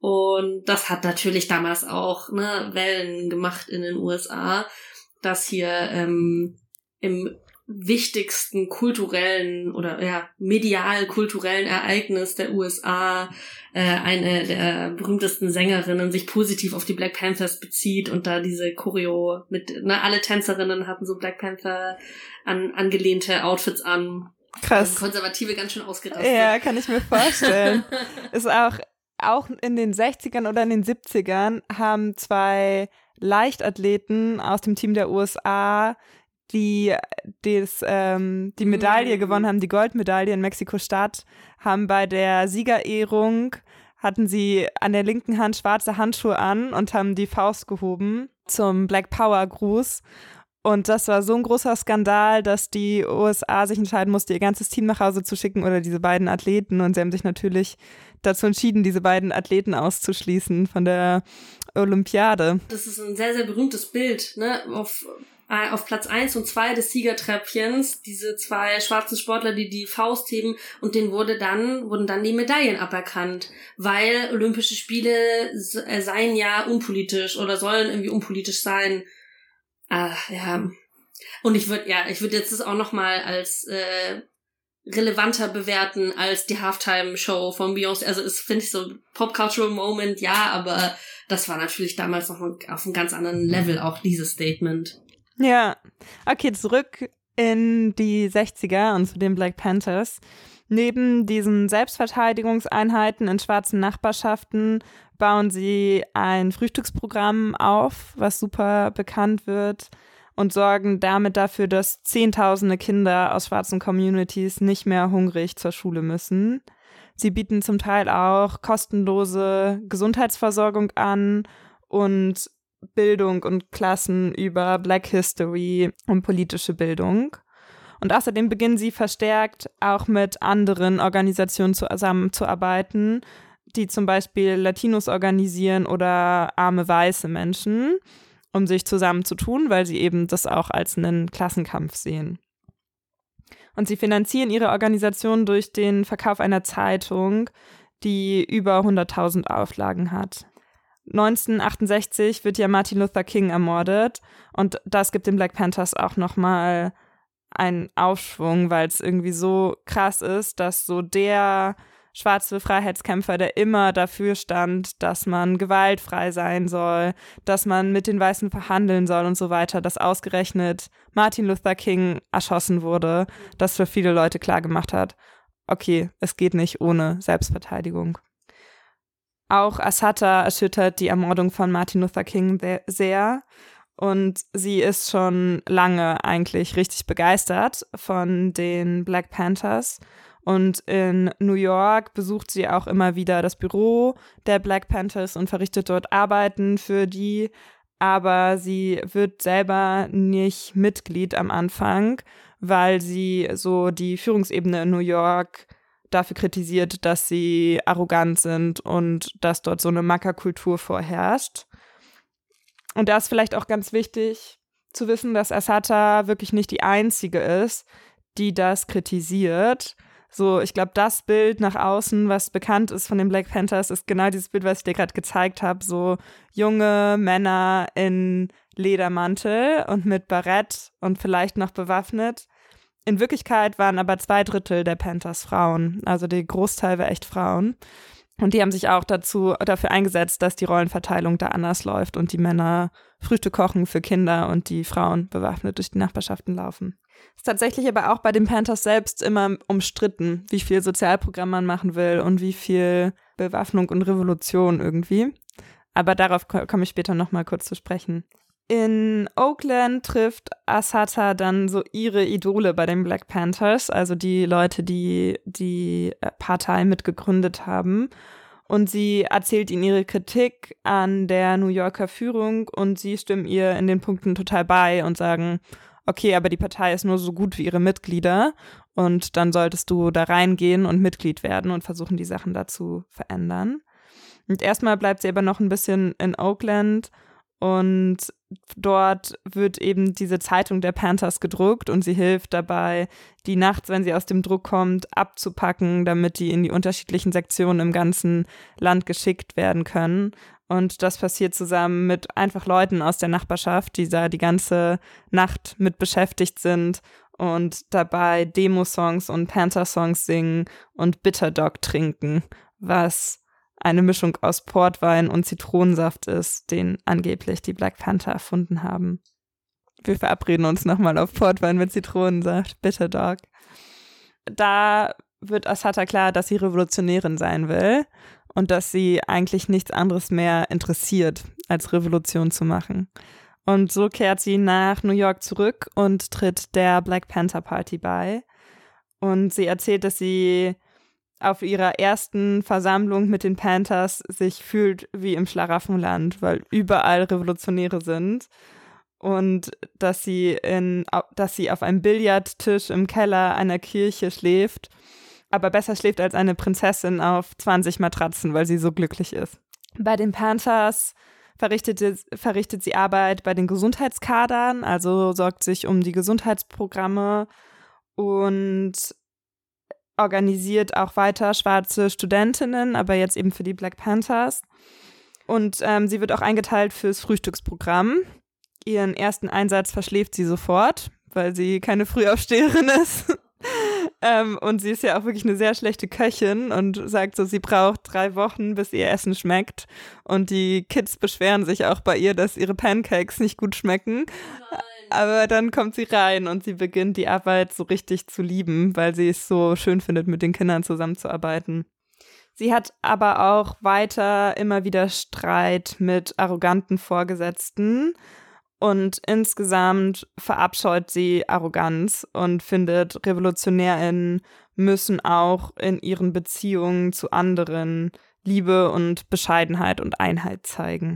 Speaker 3: und das hat natürlich damals auch ne, Wellen gemacht in den U S A, dass hier ähm, im wichtigsten kulturellen oder ja medial-kulturellen Ereignis der U S A äh, eine der berühmtesten Sängerinnen sich positiv auf die Black Panthers bezieht und da diese Choreo mit, ne, alle Tänzerinnen hatten so Black Panther an, angelehnte Outfits an.
Speaker 2: Krass.
Speaker 3: Konservative ganz schön ausgerastet.
Speaker 2: Ja, kann ich mir vorstellen. Ist auch, auch in den sechzigern oder in den siebzigern haben zwei Leichtathleten aus dem Team der U S A die des, ähm, die Medaille gewonnen haben, die Goldmedaille in Mexiko-Stadt, haben bei der Siegerehrung, hatten sie an der linken Hand schwarze Handschuhe an und haben die Faust gehoben zum Black Power-Gruß. Und das war so ein großer Skandal, dass die U S A sich entscheiden musste, ihr ganzes Team nach Hause zu schicken oder diese beiden Athleten. Und sie haben sich natürlich dazu entschieden, diese beiden Athleten auszuschließen von der Olympiade.
Speaker 3: Das ist ein sehr, sehr berühmtes Bild, ne? Auf Auf Platz eins und zwei des Siegertreppchens, diese zwei schwarzen Sportler, die die Faust heben, und denen wurde dann, wurden dann die Medaillen aberkannt, weil Olympische Spiele seien ja unpolitisch oder sollen irgendwie unpolitisch sein. Ah, ja. Und ich würde, ja, ich würde jetzt das auch nochmal als, äh, relevanter bewerten als die Halftime-Show von Beyoncé. Also es finde ich so Pop-Cultural Moment, ja, aber das war natürlich damals noch auf einem ganz anderen Level auch dieses Statement.
Speaker 2: Ja, okay, zurück in die sechziger und zu den Black Panthers. Neben diesen Selbstverteidigungseinheiten in schwarzen Nachbarschaften bauen sie ein Frühstücksprogramm auf, was super bekannt wird, und sorgen damit dafür, dass Zehntausende Kinder aus schwarzen Communities nicht mehr hungrig zur Schule müssen. Sie bieten zum Teil auch kostenlose Gesundheitsversorgung an und Bildung und Klassen über Black History und politische Bildung. Und außerdem beginnen sie verstärkt auch mit anderen Organisationen zusammenzuarbeiten, die zum Beispiel Latinos organisieren oder arme weiße Menschen, um sich zusammenzutun, weil sie eben das auch als einen Klassenkampf sehen. Und sie finanzieren ihre Organisation durch den Verkauf einer Zeitung, die über hunderttausend Auflagen hat. neunzehnhundertachtundsechzig wird ja Martin Luther King ermordet, und das gibt den Black Panthers auch nochmal einen Aufschwung, weil es irgendwie so krass ist, dass so der schwarze Freiheitskämpfer, der immer dafür stand, dass man gewaltfrei sein soll, dass man mit den Weißen verhandeln soll und so weiter, dass ausgerechnet Martin Luther King erschossen wurde, das für viele Leute klar gemacht hat, okay, es geht nicht ohne Selbstverteidigung. Auch Assata erschüttert die Ermordung von Martin Luther King sehr und sie ist schon lange eigentlich richtig begeistert von den Black Panthers. Und in New York besucht sie auch immer wieder das Büro der Black Panthers und verrichtet dort Arbeiten für die, aber sie wird selber nicht Mitglied am Anfang, weil sie so die Führungsebene in New York dafür kritisiert, dass sie arrogant sind und dass dort so eine Mackerkultur vorherrscht. Und da ist vielleicht auch ganz wichtig zu wissen, dass Assata wirklich nicht die Einzige ist, die das kritisiert. So, ich glaube, das Bild nach außen, was bekannt ist von den Black Panthers, ist genau dieses Bild, was ich dir gerade gezeigt habe. So junge Männer in Ledermantel und mit Barett und vielleicht noch bewaffnet. In Wirklichkeit waren aber zwei Drittel der Panthers Frauen. Also der Großteil war echt Frauen. Und die haben sich auch dazu, dafür eingesetzt, dass die Rollenverteilung da anders läuft und die Männer Frühstück kochen für Kinder und die Frauen bewaffnet durch die Nachbarschaften laufen. Ist tatsächlich aber auch bei den Panthers selbst immer umstritten, wie viel Sozialprogramm man machen will und wie viel Bewaffnung und Revolution irgendwie. Aber darauf komme ich später nochmal kurz zu sprechen. In Oakland trifft Assata dann so ihre Idole bei den Black Panthers, also die Leute, die die Partei mitgegründet haben. Und sie erzählt ihnen ihre Kritik an der New Yorker Führung und sie stimmen ihr in den Punkten total bei und sagen, okay, aber die Partei ist nur so gut wie ihre Mitglieder und dann solltest du da reingehen und Mitglied werden und versuchen, die Sachen da zu verändern. Und erstmal bleibt sie aber noch ein bisschen in Oakland und dort wird eben diese Zeitung der Panthers gedruckt und sie hilft dabei, die nachts, wenn sie aus dem Druck kommt, abzupacken, damit die in die unterschiedlichen Sektionen im ganzen Land geschickt werden können. Und das passiert zusammen mit einfach Leuten aus der Nachbarschaft, die da die ganze Nacht mit beschäftigt sind und dabei Demo-Songs und Panther-Songs singen und Bitter Dog trinken, was eine Mischung aus Portwein und Zitronensaft ist, den angeblich die Black Panther erfunden haben. Wir verabreden uns nochmal auf Portwein mit Zitronensaft, Bitter Dog. Da wird Assata klar, dass sie Revolutionärin sein will und dass sie eigentlich nichts anderes mehr interessiert, als Revolution zu machen. Und so kehrt sie nach New York zurück und tritt der Black Panther Party bei. Und sie erzählt, dass sie auf ihrer ersten Versammlung mit den Panthers sich fühlt wie im Schlaraffenland, weil überall Revolutionäre sind und dass sie in, dass sie auf einem Billardtisch im Keller einer Kirche schläft, aber besser schläft als eine Prinzessin auf zwanzig Matratzen, weil sie so glücklich ist. Bei den Panthers verrichtet, verrichtet sie Arbeit bei den Gesundheitskadern, also sorgt sich um die Gesundheitsprogramme und organisiert auch weiter schwarze Studentinnen, aber jetzt eben für die Black Panthers. Und ähm, sie wird auch eingeteilt fürs Frühstücksprogramm. Ihren ersten Einsatz verschläft sie sofort, weil sie keine Frühaufsteherin ist. ähm, und sie ist ja auch wirklich eine sehr schlechte Köchin und sagt so, sie braucht drei Wochen, bis ihr Essen schmeckt. Und die Kids beschweren sich auch bei ihr, dass ihre Pancakes nicht gut schmecken. Nein. Aber dann kommt sie rein und sie beginnt die Arbeit so richtig zu lieben, weil sie es so schön findet, mit den Kindern zusammenzuarbeiten. Sie hat aber auch weiter immer wieder Streit mit arroganten Vorgesetzten und insgesamt verabscheut sie Arroganz und findet, RevolutionärInnen müssen auch in ihren Beziehungen zu anderen Liebe und Bescheidenheit und Einheit zeigen.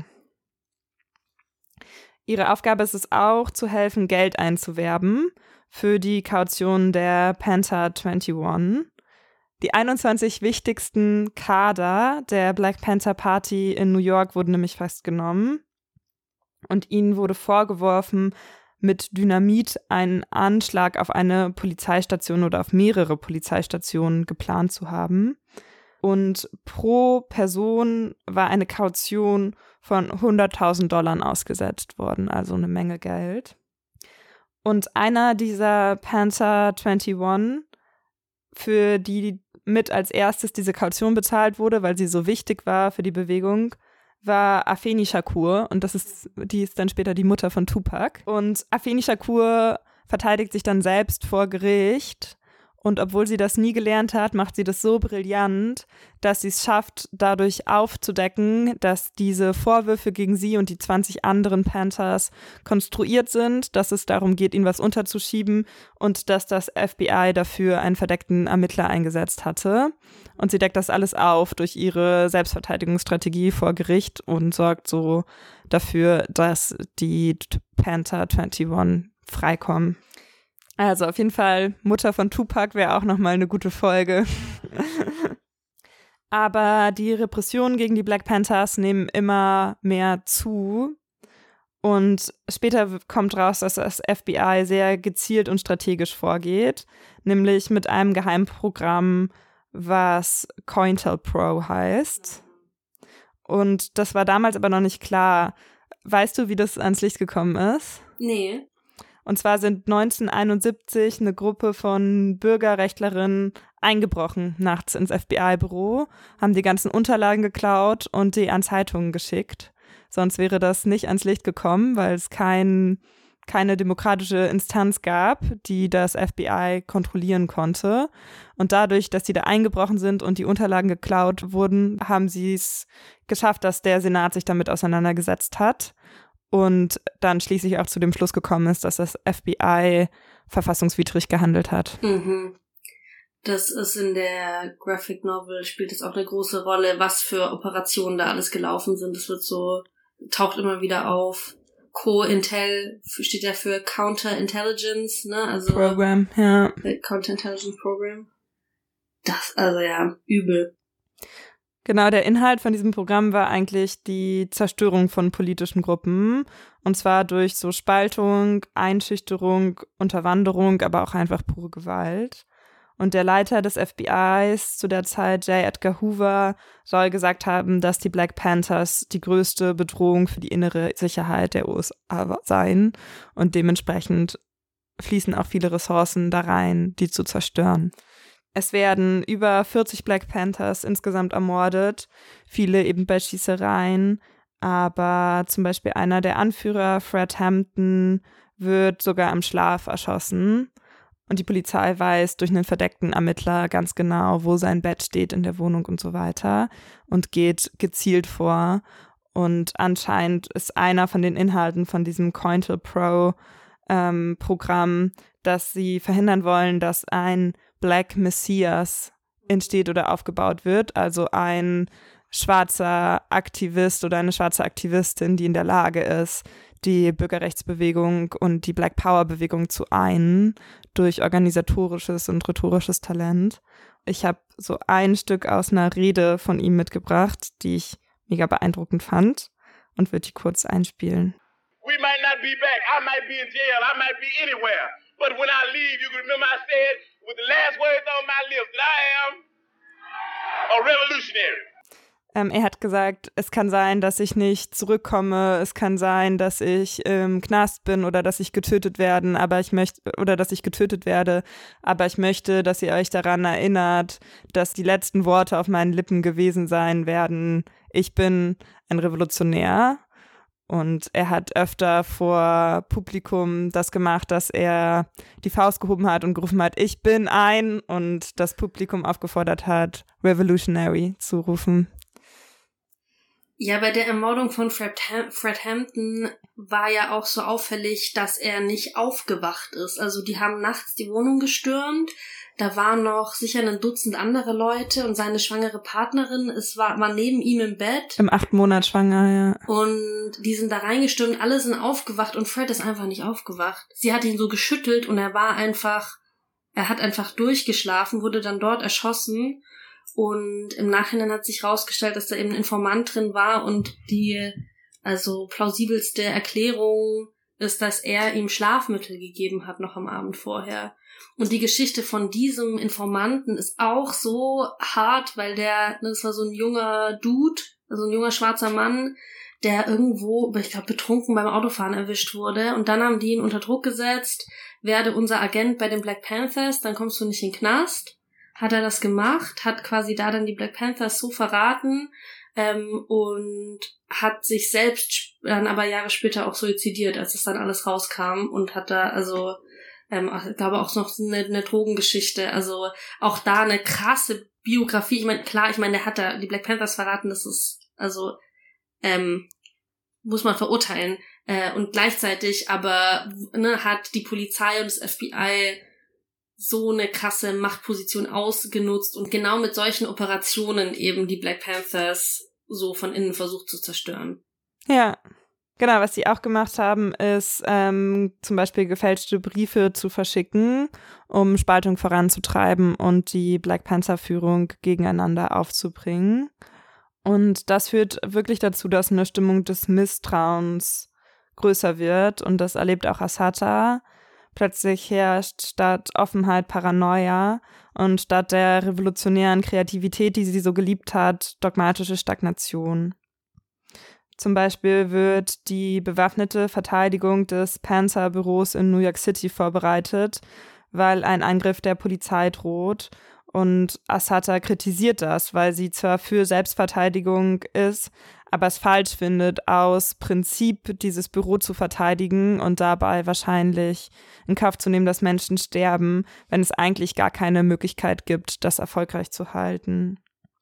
Speaker 2: Ihre Aufgabe ist es auch, zu helfen, Geld einzuwerben für die Kaution der Panther einundzwanzig. Die einundzwanzig wichtigsten Kader der Black Panther Party in New York wurden nämlich festgenommen und ihnen wurde vorgeworfen, mit Dynamit einen Anschlag auf eine Polizeistation oder auf mehrere Polizeistationen geplant zu haben. Und pro Person war eine Kaution von hunderttausend Dollar ausgesetzt worden, also eine Menge Geld. Und einer dieser Panther einundzwanzig, für die mit als erstes diese Kaution bezahlt wurde, weil sie so wichtig war für die Bewegung, war Afeni Shakur. Und das ist, die ist dann später die Mutter von Tupac. Und Afeni Shakur verteidigt sich dann selbst vor Gericht. Und obwohl sie das nie gelernt hat, macht sie das so brillant, dass sie es schafft, dadurch aufzudecken, dass diese Vorwürfe gegen sie und die zwanzig anderen Panthers konstruiert sind, dass es darum geht, ihnen was unterzuschieben und dass das F B I dafür einen verdeckten Ermittler eingesetzt hatte. Und sie deckt das alles auf durch ihre Selbstverteidigungsstrategie vor Gericht und sorgt so dafür, dass die Panther einundzwanzig freikommen. Also auf jeden Fall, Mutter von Tupac wäre auch nochmal eine gute Folge. Aber die Repressionen gegen die Black Panthers nehmen immer mehr zu. Und später kommt raus, dass das F B I sehr gezielt und strategisch vorgeht. Nämlich mit einem Geheimprogramm, was COINTELPRO heißt. Und das war damals aber noch nicht klar. Weißt du, wie das ans Licht gekommen ist?
Speaker 3: Nee.
Speaker 2: Und zwar sind neunzehnhunderteinundsiebzig eine Gruppe von Bürgerrechtlerinnen eingebrochen nachts ins F B I-Büro, haben die ganzen Unterlagen geklaut und die an Zeitungen geschickt. Sonst wäre das nicht ans Licht gekommen, weil es kein, keine demokratische Instanz gab, die das F B I kontrollieren konnte. Und dadurch, dass die da eingebrochen sind und die Unterlagen geklaut wurden, haben sie es geschafft, dass der Senat sich damit auseinandergesetzt hat. Und dann schließlich auch zu dem Schluss gekommen ist, dass das F B I verfassungswidrig gehandelt hat.
Speaker 3: Mhm. Das ist in der Graphic Novel, spielt es auch eine große Rolle, was für Operationen da alles gelaufen sind. Das wird so, taucht immer wieder auf. Co-Intel steht ja für Counterintelligence, ne? Also
Speaker 2: Program, ja.
Speaker 3: Counterintelligence Program. Das, also ja, übel.
Speaker 2: Genau, der Inhalt von diesem Programm war eigentlich die Zerstörung von politischen Gruppen. Und zwar durch so Spaltung, Einschüchterung, Unterwanderung, aber auch einfach pure Gewalt. Und der Leiter des F B Is zu der Zeit, J. Edgar Hoover, soll gesagt haben, dass die Black Panthers die größte Bedrohung für die innere Sicherheit der U S A seien. Und dementsprechend fließen auch viele Ressourcen da rein, die zu zerstören. Es werden über vierzig Black Panthers insgesamt ermordet, viele eben bei Schießereien, aber zum Beispiel einer der Anführer, Fred Hampton, wird sogar im Schlaf erschossen. Und die Polizei weiß durch einen verdeckten Ermittler ganz genau, wo sein Bett steht in der Wohnung und so weiter und geht gezielt vor. Und anscheinend ist einer von den Inhalten von diesem COINTELPRO ähm, Programm, dass sie verhindern wollen, dass ein Black Messias entsteht oder aufgebaut wird, also ein schwarzer Aktivist oder eine schwarze Aktivistin, die in der Lage ist, die Bürgerrechtsbewegung und die Black Power Bewegung zu einen durch organisatorisches und rhetorisches Talent. Ich habe so ein Stück aus einer Rede von ihm mitgebracht, die ich mega beeindruckend fand und würde die kurz einspielen.
Speaker 5: We might not be back. I might be in jail. I might be anywhere. But when I leave, you can remember I said with the last words on my lips that I am a revolutionary.
Speaker 2: Ähm, er hat gesagt, es kann sein, dass ich nicht zurückkomme, es kann sein, dass ich im Knast bin oder dass ich getötet werden, aber ich möchte oder dass ich getötet werde, aber ich möchte, dass ihr euch daran erinnert, dass die letzten Worte auf meinen Lippen gewesen sein werden. Ich bin ein Revolutionär. Und er hat öfter vor Publikum das gemacht, dass er die Faust gehoben hat und gerufen hat, ich bin ein, und das Publikum aufgefordert hat, Revolutionary zu rufen.
Speaker 3: Ja, bei der Ermordung von Fred, Ham- Fred Hampton war ja auch so auffällig, dass er nicht aufgewacht ist. Also die haben nachts die Wohnung gestürmt. Da waren noch sicher ein Dutzend andere Leute und seine schwangere Partnerin, es war, war neben ihm im Bett.
Speaker 2: Im achten Monat schwanger, ja.
Speaker 3: Und die sind da reingestürmt, alle sind aufgewacht und Fred ist einfach nicht aufgewacht. Sie hat ihn so geschüttelt und er war einfach, er hat einfach durchgeschlafen, wurde dann dort erschossen und im Nachhinein hat sich rausgestellt, dass da eben ein Informant drin war und die, also plausibelste Erklärung ist, dass er ihm Schlafmittel gegeben hat noch am Abend vorher. Und die Geschichte von diesem Informanten ist auch so hart, weil der, das war so ein junger Dude, also ein junger schwarzer Mann, der irgendwo, ich glaube, betrunken beim Autofahren erwischt wurde. Und dann haben die ihn unter Druck gesetzt, werde unser Agent bei den Black Panthers, dann kommst du nicht in den Knast. hat er das gemacht, hat quasi da dann die Black Panthers so verraten ähm, und hat sich selbst dann aber Jahre später auch suizidiert, als das dann alles rauskam und hat da also, ähm, ich glaube auch noch eine, eine Drogengeschichte, also auch da eine krasse Biografie. Ich meine, klar, ich meine, der hat da die Black Panthers verraten, das ist, also, ähm, muss man verurteilen äh, und gleichzeitig aber ne, hat die Polizei und das F B I so eine krasse Machtposition ausgenutzt und genau mit solchen Operationen eben die Black Panthers so von innen versucht zu zerstören.
Speaker 2: Ja, genau, was sie auch gemacht haben, ist ähm, zum Beispiel gefälschte Briefe zu verschicken, um Spaltung voranzutreiben und die Black Panther-Führung gegeneinander aufzubringen. Und das führt wirklich dazu, dass eine Stimmung des Misstrauens größer wird und das erlebt auch Assata. Plötzlich herrscht statt Offenheit Paranoia und statt der revolutionären Kreativität, die sie so geliebt hat, dogmatische Stagnation. Zum Beispiel wird die bewaffnete Verteidigung des Panther-Büros in New York City vorbereitet, weil ein Angriff der Polizei droht. Und Assata kritisiert das, weil sie zwar für Selbstverteidigung ist, aber es falsch findet, aus Prinzip dieses Büro zu verteidigen und dabei wahrscheinlich in Kauf zu nehmen, dass Menschen sterben, wenn es eigentlich gar keine Möglichkeit gibt, das erfolgreich zu halten.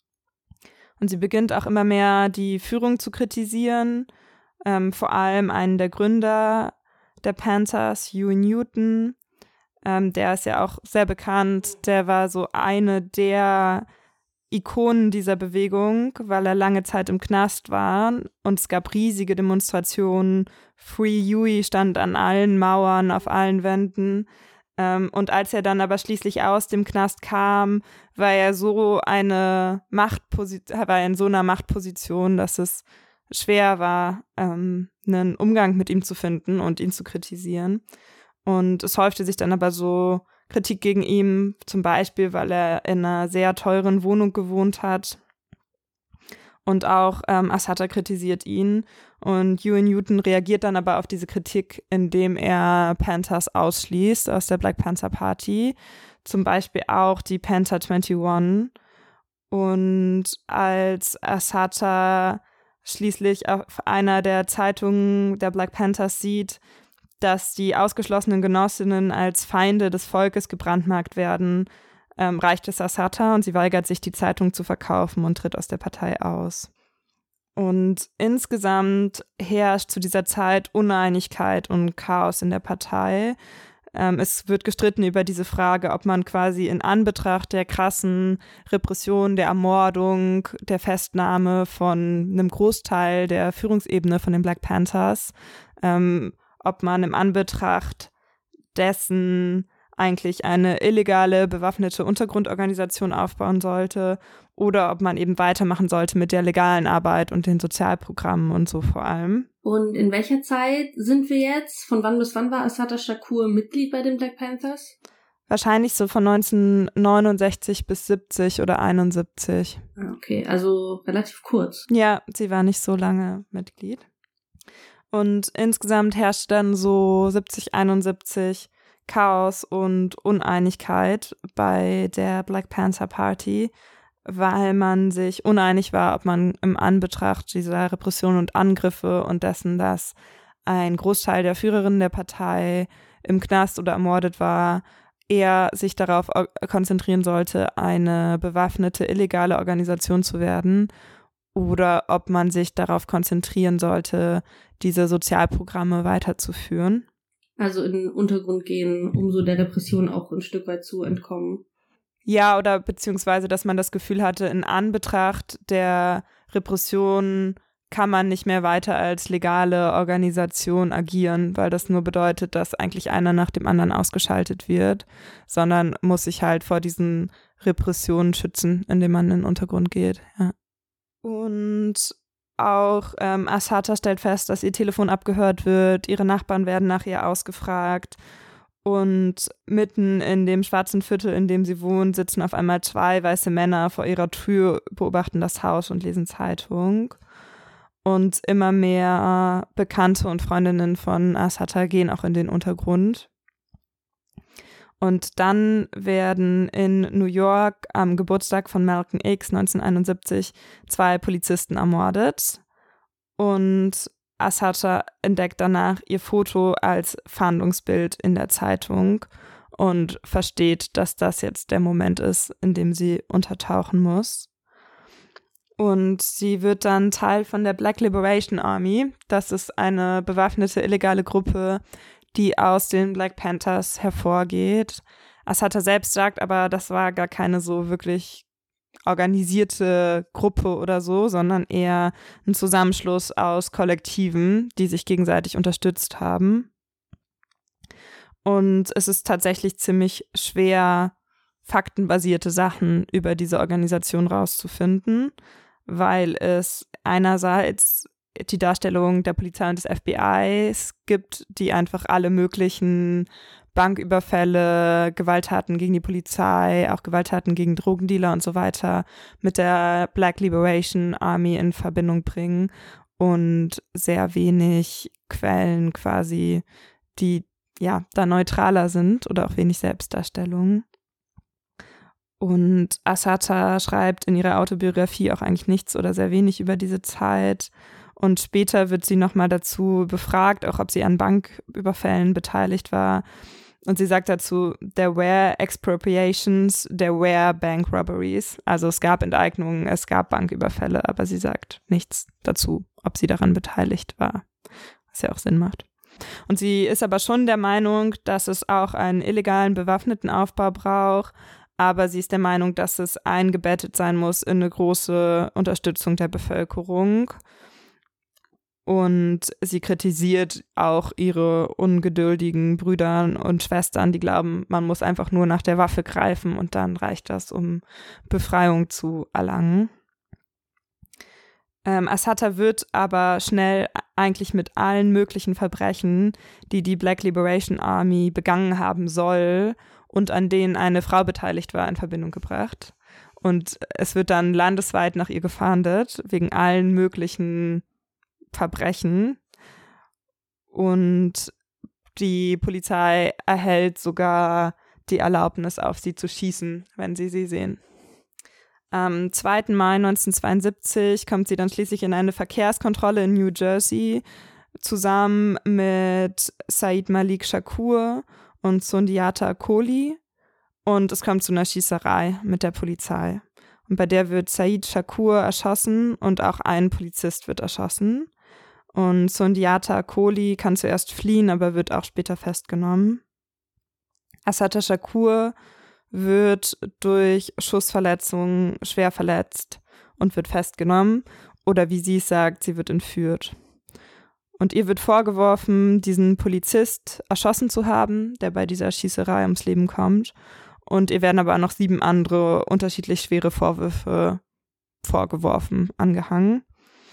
Speaker 2: Und sie beginnt auch immer mehr, die Führung zu kritisieren, ähm, vor allem einen der Gründer der Panthers, Huey Newton. Ähm, der ist ja auch sehr bekannt, der war so eine der Ikonen dieser Bewegung, weil er lange Zeit im Knast war und es gab riesige Demonstrationen. Free Huey stand an allen Mauern, auf allen Wänden. Ähm, und als er dann aber schließlich aus dem Knast kam, war er so eine Machtposition, war er in so einer Machtposition, dass es schwer war, ähm, einen Umgang mit ihm zu finden und ihn zu kritisieren. Und es häufte sich dann aber so Kritik gegen ihn, zum Beispiel, weil er in einer sehr teuren Wohnung gewohnt hat. Und auch ähm, Assata kritisiert ihn. Und Huey Newton reagiert dann aber auf diese Kritik, indem er Panthers ausschließt aus der Black Panther Party. Zum Beispiel auch die Panther einundzwanzig. Und als Assata schließlich auf einer der Zeitungen der Black Panthers sieht, dass die ausgeschlossenen Genossinnen als Feinde des Volkes gebrandmarkt werden, ähm, reicht es Assata und sie weigert sich, die Zeitung zu verkaufen und tritt aus der Partei aus. Und insgesamt herrscht zu dieser Zeit Uneinigkeit und Chaos in der Partei. Ähm, es wird gestritten über diese Frage, ob man quasi in Anbetracht der krassen Repression, der Ermordung, der Festnahme von einem Großteil der Führungsebene von den Black Panthers, ähm, ob man im Anbetracht dessen eigentlich eine illegale, bewaffnete Untergrundorganisation aufbauen sollte oder ob man eben weitermachen sollte mit der legalen Arbeit und den Sozialprogrammen und so vor allem.
Speaker 3: Und in welcher Zeit sind wir jetzt? Von wann bis wann war Assata Shakur Mitglied bei den Black Panthers?
Speaker 2: Wahrscheinlich so von neunzehnhundertneunundsechzig bis siebzig oder einundsiebzig.
Speaker 3: Okay, also relativ kurz.
Speaker 2: Ja, sie war nicht so lange Mitglied. Und insgesamt herrscht dann so siebzig, einundsiebzig Chaos und Uneinigkeit bei der Black Panther Party, weil man sich uneinig war, ob man im Anbetracht dieser Repression und Angriffe und dessen, dass ein Großteil der Führerinnen der Partei im Knast oder ermordet war, eher sich darauf konzentrieren sollte, eine bewaffnete illegale Organisation zu werden, oder ob man sich darauf konzentrieren sollte, diese Sozialprogramme weiterzuführen.
Speaker 3: Also in den Untergrund gehen, um so der Repression auch ein Stück weit zu entkommen.
Speaker 2: Ja, oder beziehungsweise, dass man das Gefühl hatte, in Anbetracht der Repression kann man nicht mehr weiter als legale Organisation agieren, weil das nur bedeutet, dass eigentlich einer nach dem anderen ausgeschaltet wird, sondern muss sich halt vor diesen Repressionen schützen, indem man in den Untergrund geht, ja. Und auch ähm, Assata stellt fest, dass ihr Telefon abgehört wird, ihre Nachbarn werden nach ihr ausgefragt und mitten in dem schwarzen Viertel, in dem sie wohnt, sitzen auf einmal zwei weiße Männer vor ihrer Tür, beobachten das Haus und lesen Zeitung. Und immer mehr Bekannte und Freundinnen von Assata gehen auch in den Untergrund. Und dann werden in New York am Geburtstag von Malcolm X neunzehnhunderteinundsiebzig zwei Polizisten ermordet. Und Assata entdeckt danach ihr Foto als Fahndungsbild in der Zeitung und versteht, dass das jetzt der Moment ist, in dem sie untertauchen muss. Und sie wird dann Teil von der Black Liberation Army. Das ist eine bewaffnete illegale Gruppe, die aus den Black Panthers hervorgeht. Assata selbst sagt aber, das war gar keine so wirklich organisierte Gruppe oder so, sondern eher ein Zusammenschluss aus Kollektiven, die sich gegenseitig unterstützt haben. Und es ist tatsächlich ziemlich schwer, faktenbasierte Sachen über diese Organisation rauszufinden, weil es einerseits die Darstellung der Polizei und des F B Is gibt, die einfach alle möglichen Banküberfälle, Gewalttaten gegen die Polizei, auch Gewalttaten gegen Drogendealer und so weiter mit der Black Liberation Army in Verbindung bringen und sehr wenig Quellen quasi, die ja da neutraler sind oder auch wenig Selbstdarstellung. Und Assata schreibt in ihrer Autobiografie auch eigentlich nichts oder sehr wenig über diese Zeit. Und später wird sie nochmal dazu befragt, auch ob sie an Banküberfällen beteiligt war. Und sie sagt dazu, there were expropriations, there were bank robberies. Also es gab Enteignungen, es gab Banküberfälle, aber sie sagt nichts dazu, ob sie daran beteiligt war. Was ja auch Sinn macht. Und sie ist aber schon der Meinung, dass es auch einen illegalen bewaffneten Aufbau braucht, aber sie ist der Meinung, dass es eingebettet sein muss in eine große Unterstützung der Bevölkerung. Und sie kritisiert auch ihre ungeduldigen Brüder und Schwestern, die glauben, man muss einfach nur nach der Waffe greifen und dann reicht das, um Befreiung zu erlangen. Ähm, Assata wird aber schnell eigentlich mit allen möglichen Verbrechen, die die Black Liberation Army begangen haben soll und an denen eine Frau beteiligt war, in Verbindung gebracht. Und es wird dann landesweit nach ihr gefahndet, wegen allen möglichen Verbrechen. Und die Polizei erhält sogar die Erlaubnis, auf sie zu schießen, wenn sie sie sehen. Am zweiten Mai neunzehnhundertzweiundsiebzig kommt sie dann schließlich in eine Verkehrskontrolle in New Jersey zusammen mit Said Malik Shakur und Sundiata Kohli. Und es kommt zu einer Schießerei mit der Polizei. Und bei der wird Said Shakur erschossen und auch ein Polizist wird erschossen. Und Sundiata Kohli kann zuerst fliehen, aber wird auch später festgenommen. Assata Shakur wird durch Schussverletzungen schwer verletzt und wird festgenommen. Oder wie sie es sagt, sie wird entführt. Und ihr wird vorgeworfen, diesen Polizist erschossen zu haben, der bei dieser Schießerei ums Leben kommt. Und ihr werden aber auch noch sieben andere unterschiedlich schwere Vorwürfe vorgeworfen, angehangen.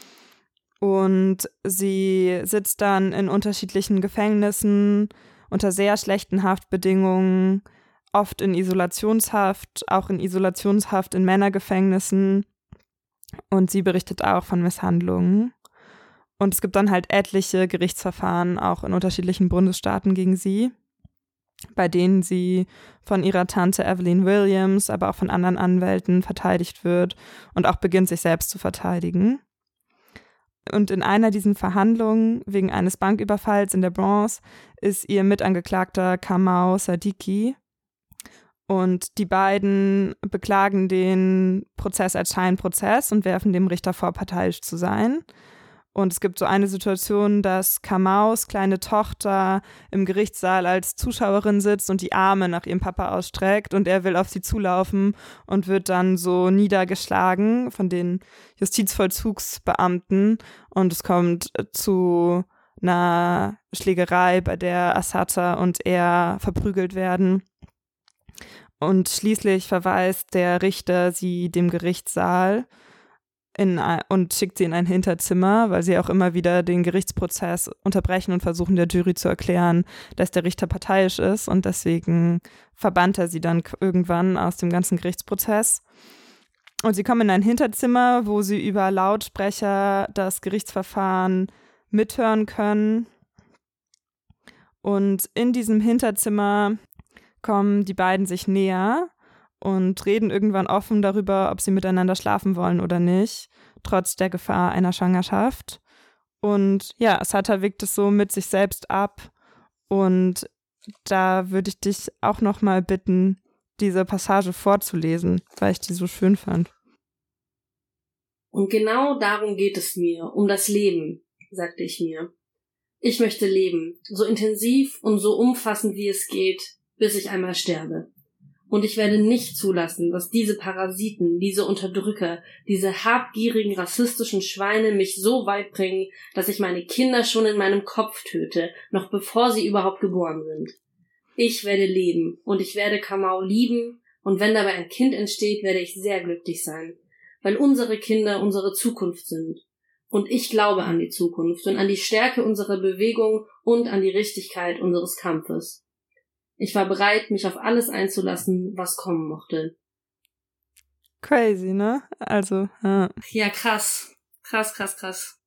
Speaker 2: Und sie sitzt dann in unterschiedlichen Gefängnissen unter sehr schlechten Haftbedingungen, oft in Isolationshaft, auch in Isolationshaft in Männergefängnissen. Und sie berichtet auch von Misshandlungen. Und es gibt dann halt etliche Gerichtsverfahren, auch in unterschiedlichen Bundesstaaten gegen sie, bei denen sie von ihrer Tante Evelyn Williams, aber auch von anderen Anwälten verteidigt wird und auch beginnt, sich selbst zu verteidigen. Und in einer dieser Verhandlungen wegen eines Banküberfalls in der Bronx ist ihr Mitangeklagter Kamau Sadiki. Und die beiden beklagen den Prozess als Scheinprozess und werfen dem Richter vor, parteiisch zu sein. Und es gibt so eine Situation, dass Kamaus kleine Tochter im Gerichtssaal als Zuschauerin sitzt und die Arme nach ihrem Papa ausstreckt und er will auf sie zulaufen und wird dann so niedergeschlagen von den Justizvollzugsbeamten und es kommt zu einer Schlägerei, bei der Assata und er verprügelt werden. Und schließlich verweist der Richter sie dem Gerichtssaal In ein, und schickt sie in ein Hinterzimmer, weil sie auch immer wieder den Gerichtsprozess unterbrechen und versuchen der Jury zu erklären, dass der Richter parteiisch ist und deswegen verbannt er sie dann irgendwann aus dem ganzen Gerichtsprozess. Und sie kommen in ein Hinterzimmer, wo sie über Lautsprecher das Gerichtsverfahren mithören können. Und in diesem Hinterzimmer kommen die beiden sich näher und reden irgendwann offen darüber, ob sie miteinander schlafen wollen oder nicht, trotz der Gefahr einer Schwangerschaft. Und ja, Assata wägt es so mit sich selbst ab. Und da würde ich dich auch noch mal bitten, diese Passage vorzulesen, weil ich die so schön fand.
Speaker 3: Und genau darum geht es mir, um das Leben, sagte ich mir. Ich möchte leben, so intensiv und so umfassend wie es geht, bis ich einmal sterbe. Und ich werde nicht zulassen, dass diese Parasiten, diese Unterdrücker, diese habgierigen rassistischen Schweine mich so weit bringen, dass ich meine Kinder schon in meinem Kopf töte, noch bevor sie überhaupt geboren sind. Ich werde leben und ich werde Kamau lieben, und wenn dabei ein Kind entsteht, werde ich sehr glücklich sein, weil unsere Kinder unsere Zukunft sind. Und ich glaube an die Zukunft und an die Stärke unserer Bewegung und an die Richtigkeit unseres Kampfes. Ich war bereit, mich auf alles einzulassen, was kommen mochte.
Speaker 2: Crazy, ne? Also, ja.
Speaker 3: Ja, krass. Krass, krass, krass.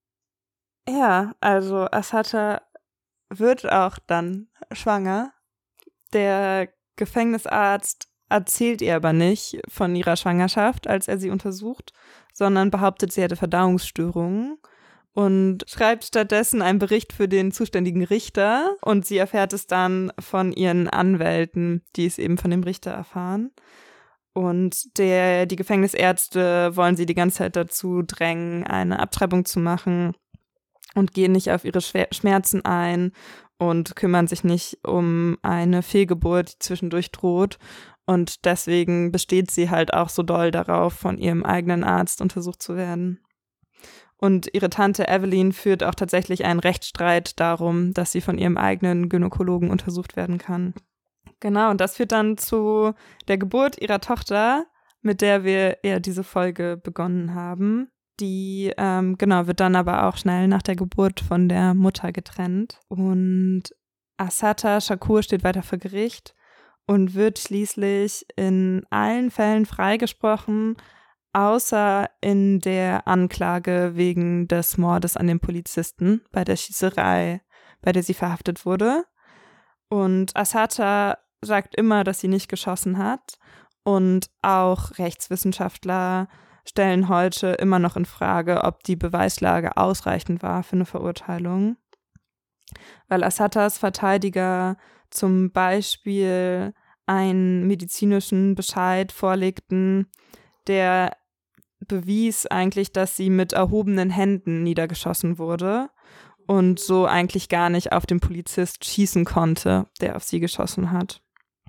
Speaker 2: Ja, also Assata wird auch dann schwanger. Der Gefängnisarzt erzählt ihr aber nicht von ihrer Schwangerschaft, als er sie untersucht, sondern behauptet, sie hätte Verdauungsstörungen und schreibt stattdessen einen Bericht für den zuständigen Richter, und sie erfährt es dann von ihren Anwälten, die es eben von dem Richter erfahren. Und der, die Gefängnisärzte wollen sie die ganze Zeit dazu drängen, eine Abtreibung zu machen, und gehen nicht auf ihre Schmerzen ein und kümmern sich nicht um eine Fehlgeburt, die zwischendurch droht. Und deswegen besteht sie halt auch so doll darauf, von ihrem eigenen Arzt untersucht zu werden. Und ihre Tante Evelyn führt auch tatsächlich einen Rechtsstreit darum, dass sie von ihrem eigenen Gynäkologen untersucht werden kann. Genau, und das führt dann zu der Geburt ihrer Tochter, mit der wir ja diese Folge begonnen haben. Die, ähm, genau, wird dann aber auch schnell nach der Geburt von der Mutter getrennt. Und Assata Shakur steht weiter vor Gericht und wird schließlich in allen Fällen freigesprochen, außer in der Anklage wegen des Mordes an den Polizisten bei der Schießerei, bei der sie verhaftet wurde. Und Assata sagt immer, dass sie nicht geschossen hat. Und auch Rechtswissenschaftler stellen heute immer noch in Frage, ob die Beweislage ausreichend war für eine Verurteilung. Weil Assatas Verteidiger zum Beispiel einen medizinischen Bescheid vorlegten, der bewies eigentlich, dass sie mit erhobenen Händen niedergeschossen wurde und so eigentlich gar nicht auf den Polizist schießen konnte, der auf sie geschossen hat.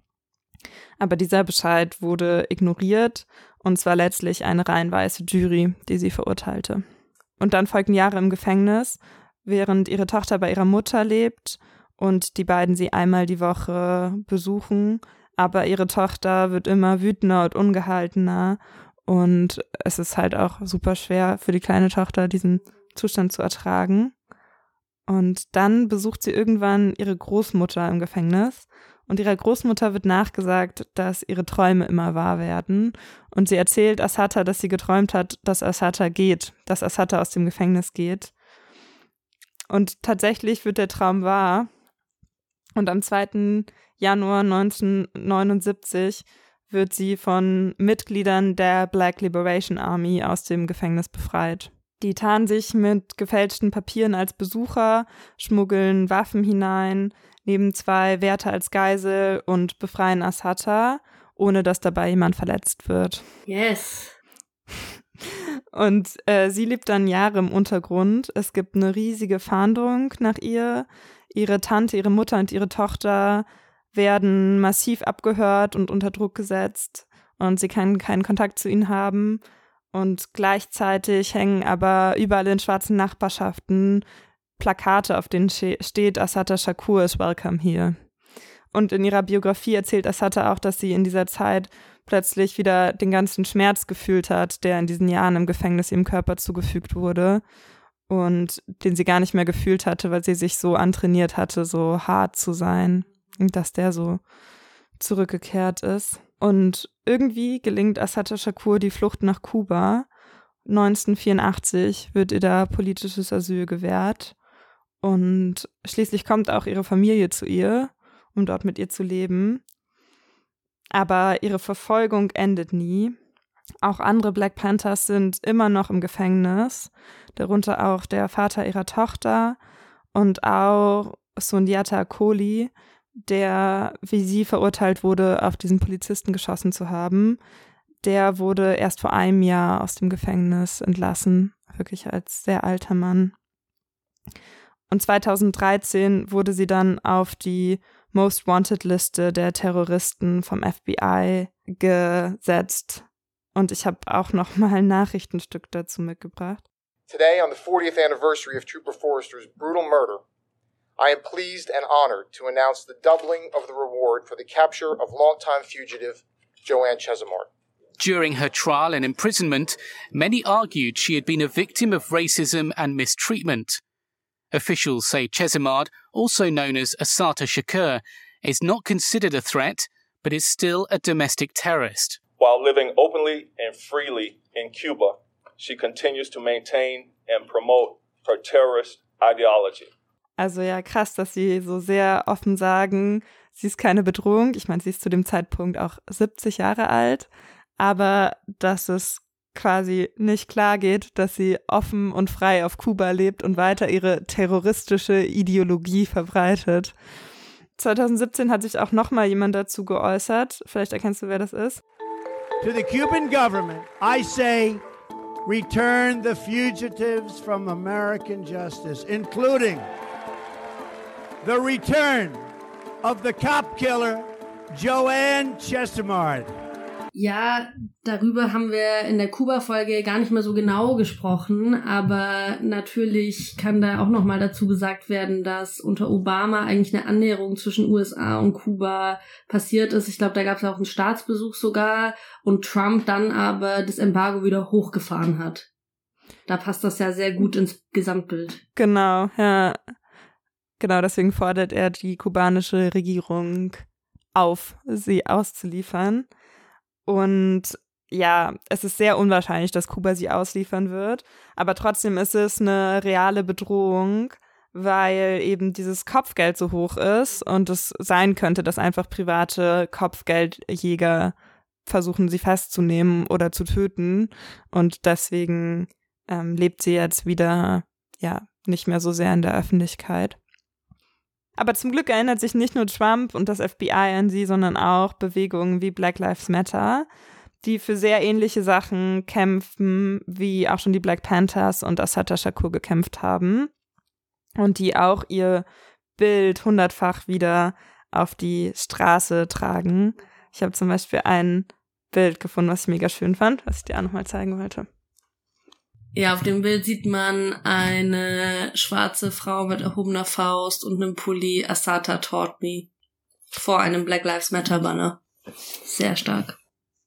Speaker 2: Aber dieser Bescheid wurde ignoriert, und zwar letztlich eine rein weiße Jury, die sie verurteilte. Und dann folgten Jahre im Gefängnis, während ihre Tochter bei ihrer Mutter lebt und die beiden sie einmal die Woche besuchen, aber ihre Tochter wird immer wütender und ungehaltener. Und es ist halt auch super schwer für die kleine Tochter, diesen Zustand zu ertragen. Und dann besucht sie irgendwann ihre Großmutter im Gefängnis. Und ihrer Großmutter wird nachgesagt, dass ihre Träume immer wahr werden. Und sie erzählt Assata, dass sie geträumt hat, dass Assata geht, dass Assata aus dem Gefängnis geht. Und tatsächlich wird der Traum wahr. Und am zweiten Januar neunzehnhundertneunundsiebzig wird sie von Mitgliedern der Black Liberation Army aus dem Gefängnis befreit. Die tarnen sich mit gefälschten Papieren als Besucher, schmuggeln Waffen hinein, nehmen zwei Wärter als Geisel und befreien Assata, ohne dass dabei jemand verletzt wird.
Speaker 3: Yes.
Speaker 2: Und äh, sie lebt dann Jahre im Untergrund. Es gibt eine riesige Fahndung nach ihr. Ihre Tante, ihre Mutter und ihre Tochter werden massiv abgehört und unter Druck gesetzt, und sie kann keinen Kontakt zu ihnen haben. Und gleichzeitig hängen aber überall in schwarzen Nachbarschaften Plakate, auf denen steht, Assata Shakur is welcome here. Und in ihrer Biografie erzählt Assata auch, dass sie in dieser Zeit plötzlich wieder den ganzen Schmerz gefühlt hat, der in diesen Jahren im Gefängnis ihrem Körper zugefügt wurde und den sie gar nicht mehr gefühlt hatte, weil sie sich so antrainiert hatte, so hart zu sein, und dass der so zurückgekehrt ist. Und irgendwie gelingt Assata Shakur die Flucht nach Kuba. neunzehnhundertvierundachtzig wird ihr da politisches Asyl gewährt. Und schließlich kommt auch ihre Familie zu ihr, um dort mit ihr zu leben. Aber ihre Verfolgung endet nie. Auch andere Black Panthers sind immer noch im Gefängnis, darunter auch der Vater ihrer Tochter und auch Sundiata Acoli, der wie sie verurteilt wurde, auf diesen Polizisten geschossen zu haben. Der wurde erst vor einem Jahr aus dem Gefängnis entlassen, wirklich als sehr alter Mann. Und zweitausenddreizehn wurde sie dann auf die Most Wanted Liste der Terroristen vom F B I gesetzt. Und ich habe auch noch mal ein Nachrichtenstück dazu mitgebracht.
Speaker 6: Today, on the fortieth anniversary of Trooper Forrester's brutal murder, I am pleased and honored to announce the doubling of the reward for the capture of longtime fugitive Joanne Chesimard.
Speaker 7: During her trial and imprisonment, many argued she had been a victim of racism and mistreatment. Officials say Chesimard, also known as Assata Shakur, is not considered a threat, but is still a domestic terrorist.
Speaker 8: While living openly and freely in Cuba, she continues to maintain and promote her terrorist ideology.
Speaker 2: Also ja, krass, dass sie so sehr offen sagen, sie ist keine Bedrohung. Ich meine, sie ist zu dem Zeitpunkt auch siebzig Jahre alt, aber dass es quasi nicht klar geht, dass sie offen und frei auf Kuba lebt und weiter ihre terroristische Ideologie verbreitet. zweitausendsiebzehn hat sich auch noch mal jemand dazu geäußert. Vielleicht erkennst du, wer das ist.
Speaker 9: To the Cuban government, I say, return the fugitives from American justice, including the return of the cop killer Joanne Chesimard.
Speaker 3: Ja, darüber haben wir in der Kuba-Folge gar nicht mehr so genau gesprochen, aber natürlich kann da auch nochmal dazu gesagt werden, dass unter Obama eigentlich eine Annäherung zwischen U S A und Kuba passiert ist. Ich glaube, da gab es auch einen Staatsbesuch sogar und Trump dann aber das Embargo wieder hochgefahren hat. Da passt das ja sehr gut ins Gesamtbild.
Speaker 2: Genau, ja. Genau, deswegen fordert er die kubanische Regierung auf, sie auszuliefern. Und ja, es ist sehr unwahrscheinlich, dass Kuba sie ausliefern wird, aber trotzdem ist es eine reale Bedrohung, weil eben dieses Kopfgeld so hoch ist und es sein könnte, dass einfach private Kopfgeldjäger versuchen, sie festzunehmen oder zu töten und deswegen ähm, lebt sie jetzt wieder ja nicht mehr so sehr in der Öffentlichkeit. Aber zum Glück erinnert sich nicht nur Trump und das F B I an sie, sondern auch Bewegungen wie Black Lives Matter, die für sehr ähnliche Sachen kämpfen, wie auch schon die Black Panthers und Assata Shakur gekämpft haben und die auch ihr Bild hundertfach wieder auf die Straße tragen. Ich habe zum Beispiel ein Bild gefunden, was ich mega schön fand, was ich dir auch nochmal zeigen wollte.
Speaker 3: Ja, auf dem Bild sieht man eine schwarze Frau mit erhobener Faust und einem Pulli Assata Taught Me vor einem Black Lives Matter Banner. Sehr stark.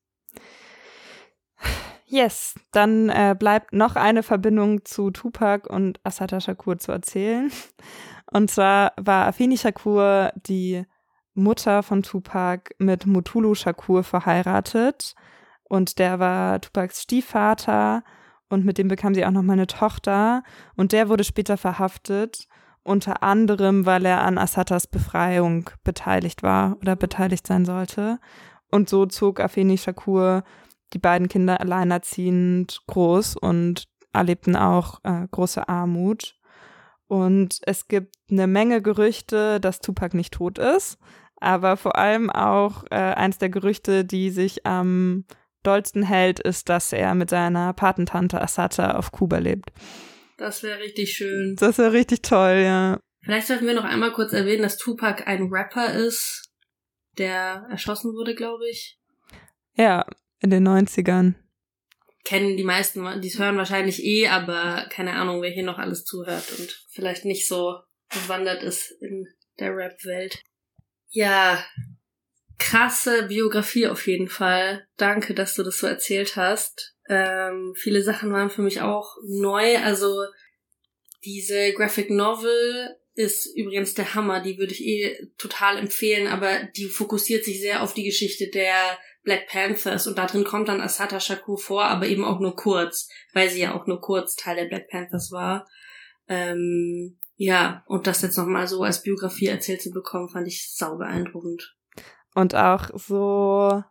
Speaker 2: Yes, dann äh, bleibt noch eine Verbindung zu Tupac und Assata Shakur zu erzählen. Und zwar war Afeni Shakur, die Mutter von Tupac, mit Mutulu Shakur verheiratet. Und der war Tupacs Stiefvater. Und mit dem bekam sie auch noch mal eine Tochter. Und der wurde später verhaftet, unter anderem, weil er an Assatas Befreiung beteiligt war oder beteiligt sein sollte. Und so zog Afeni Shakur die beiden Kinder alleinerziehend groß und erlebten auch äh, große Armut. Und es gibt eine Menge Gerüchte, dass Tupac nicht tot ist. Aber vor allem auch äh, eins der Gerüchte, die sich am dollsten hält, ist, dass er mit seiner Patentante Assata auf Kuba lebt.
Speaker 3: Das wäre richtig schön.
Speaker 2: Das wäre richtig toll, ja.
Speaker 3: Vielleicht sollten wir noch einmal kurz erwähnen, dass Tupac ein Rapper ist, der erschossen wurde, glaube ich.
Speaker 2: Ja, in den neunzigern.
Speaker 3: Kennen die meisten, die hören wahrscheinlich eh, aber keine Ahnung, wer hier noch alles zuhört und vielleicht nicht so bewandert ist in der Rap-Welt. Ja, krasse Biografie auf jeden Fall. Danke, dass du das so erzählt hast. Ähm, viele Sachen waren für mich auch neu. Also diese Graphic Novel ist übrigens der Hammer. Die würde ich eh total empfehlen, aber die fokussiert sich sehr auf die Geschichte der Black Panthers und da drin kommt dann Assata Shakur vor, aber eben auch nur kurz, weil sie ja auch nur kurz Teil der Black Panthers war. Ähm, ja, und das jetzt nochmal so als Biografie erzählt zu bekommen, fand ich sau beeindruckend.
Speaker 2: Und auch so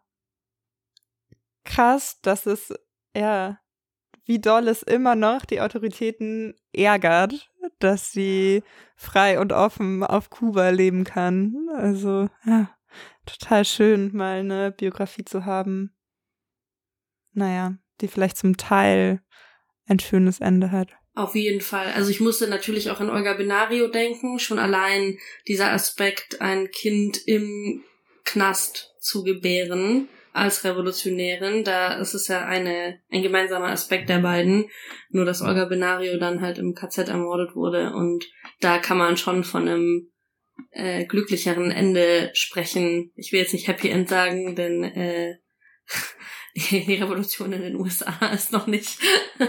Speaker 2: krass, dass es, ja, wie doll es immer noch die Autoritäten ärgert, dass sie frei und offen auf Kuba leben kann. Also, ja, total schön, mal eine Biografie zu haben. Naja, die vielleicht zum Teil ein schönes Ende hat.
Speaker 3: Auf jeden Fall. Also ich musste natürlich auch an Olga Benario denken. Schon allein dieser Aspekt, ein Kind im Knast zu gebären als Revolutionärin. Da ist es ja eine ein gemeinsamer Aspekt der beiden. Nur, dass Olga Benario dann halt im K Z ermordet wurde. Und da kann man schon von einem äh, glücklicheren Ende sprechen. Ich will jetzt nicht Happy End sagen, denn äh, die, die Revolution in den U S A ist noch nicht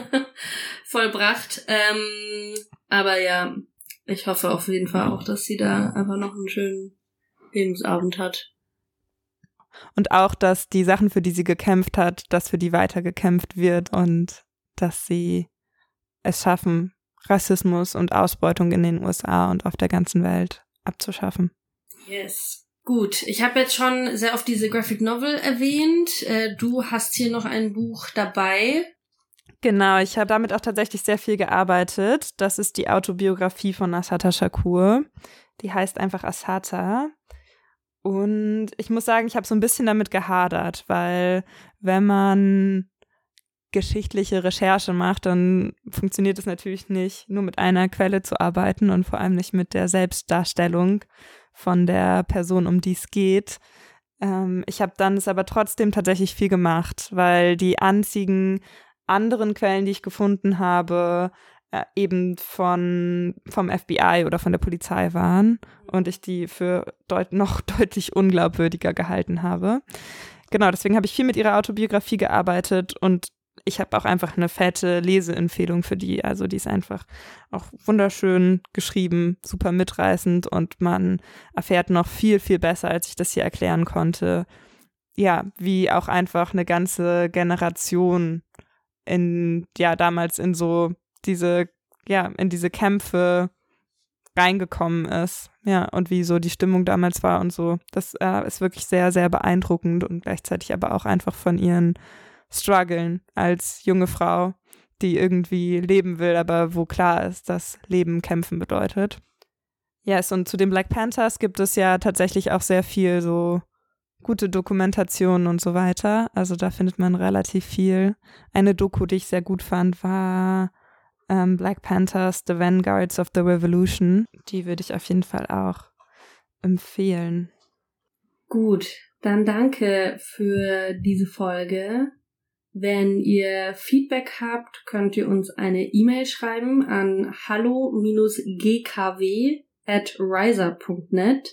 Speaker 3: vollbracht. Ähm, aber ja, ich hoffe auf jeden Fall auch, dass sie da einfach noch einen schönen Lebensabend hat.
Speaker 2: Und auch, dass die Sachen, für die sie gekämpft hat, dass für die weiter gekämpft wird und dass sie es schaffen, Rassismus und Ausbeutung in den U S A und auf der ganzen Welt abzuschaffen.
Speaker 3: Yes. Gut, ich habe jetzt schon sehr oft diese Graphic Novel erwähnt. Äh, du hast hier noch ein Buch dabei.
Speaker 2: Genau, ich habe damit auch tatsächlich sehr viel gearbeitet. Das ist die Autobiografie von Assata Shakur. Die heißt einfach Assata. Und ich muss sagen, ich habe so ein bisschen damit gehadert, weil wenn man geschichtliche Recherche macht, dann funktioniert es natürlich nicht, nur mit einer Quelle zu arbeiten und vor allem nicht mit der Selbstdarstellung von der Person, um die es geht. Ähm, ich habe dann es aber trotzdem tatsächlich viel gemacht, weil die einzigen anderen Quellen, die ich gefunden habe, äh, eben von vom F B I oder von der Polizei waren und ich die für deut- noch deutlich unglaubwürdiger gehalten habe. Genau, deswegen habe ich viel mit ihrer Autobiografie gearbeitet und ich habe auch einfach eine fette Leseempfehlung für die. Also die ist einfach auch wunderschön geschrieben, super mitreißend und man erfährt noch viel, viel besser, als ich das hier erklären konnte, ja, wie auch einfach eine ganze Generation in, ja, damals in so diese, ja, in diese Kämpfe reingekommen ist, ja, und wie so die Stimmung damals war und so. Das äh, ist wirklich sehr, sehr beeindruckend und gleichzeitig aber auch einfach von ihren Struggeln als junge Frau, die irgendwie leben will, aber wo klar ist, dass Leben kämpfen bedeutet. Yes, und zu den Black Panthers gibt es ja tatsächlich auch sehr viel so gute Dokumentationen und so weiter. Also da findet man relativ viel. Eine Doku, die ich sehr gut fand, war ähm, Black Panthers, The Vanguards of the Revolution. Die würde ich auf jeden Fall auch empfehlen.
Speaker 3: Gut, dann danke für diese Folge. Wenn ihr Feedback habt, könnt ihr uns eine E-Mail schreiben an hallo g k w at riser punkt net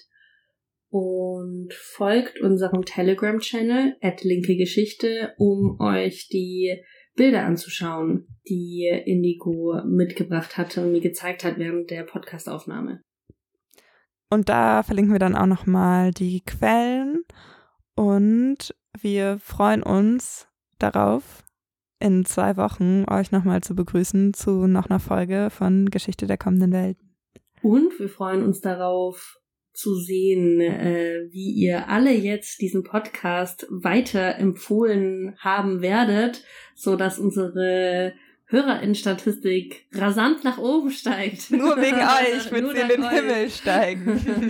Speaker 3: und folgt unserem Telegram-Channel at linke Geschichte, um euch die Bilder anzuschauen, die Indigo mitgebracht hatte und mir gezeigt hat während der Podcastaufnahme.
Speaker 2: Und da verlinken wir dann auch nochmal die Quellen und wir freuen uns darauf, in zwei Wochen euch nochmal zu begrüßen zu noch einer Folge von Geschichte der kommenden Welt.
Speaker 3: Und wir freuen uns darauf zu sehen, äh, wie ihr alle jetzt diesen Podcast weiter empfohlen haben werdet, so dass unsere HörerInnen-Statistik rasant nach oben steigt.
Speaker 2: Nur wegen euch wird sie in den euch. Himmel steigen.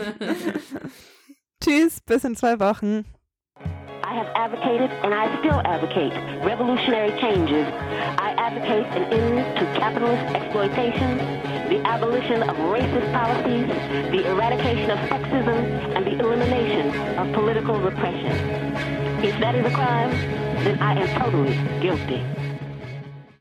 Speaker 2: Tschüss, bis in zwei Wochen.
Speaker 1: I have advocated and I still advocate revolutionary changes. I advocate an end to capitalist exploitation, the abolition of racist policies, the eradication of sexism, and the elimination of political repression. If that is a crime, then I am totally guilty.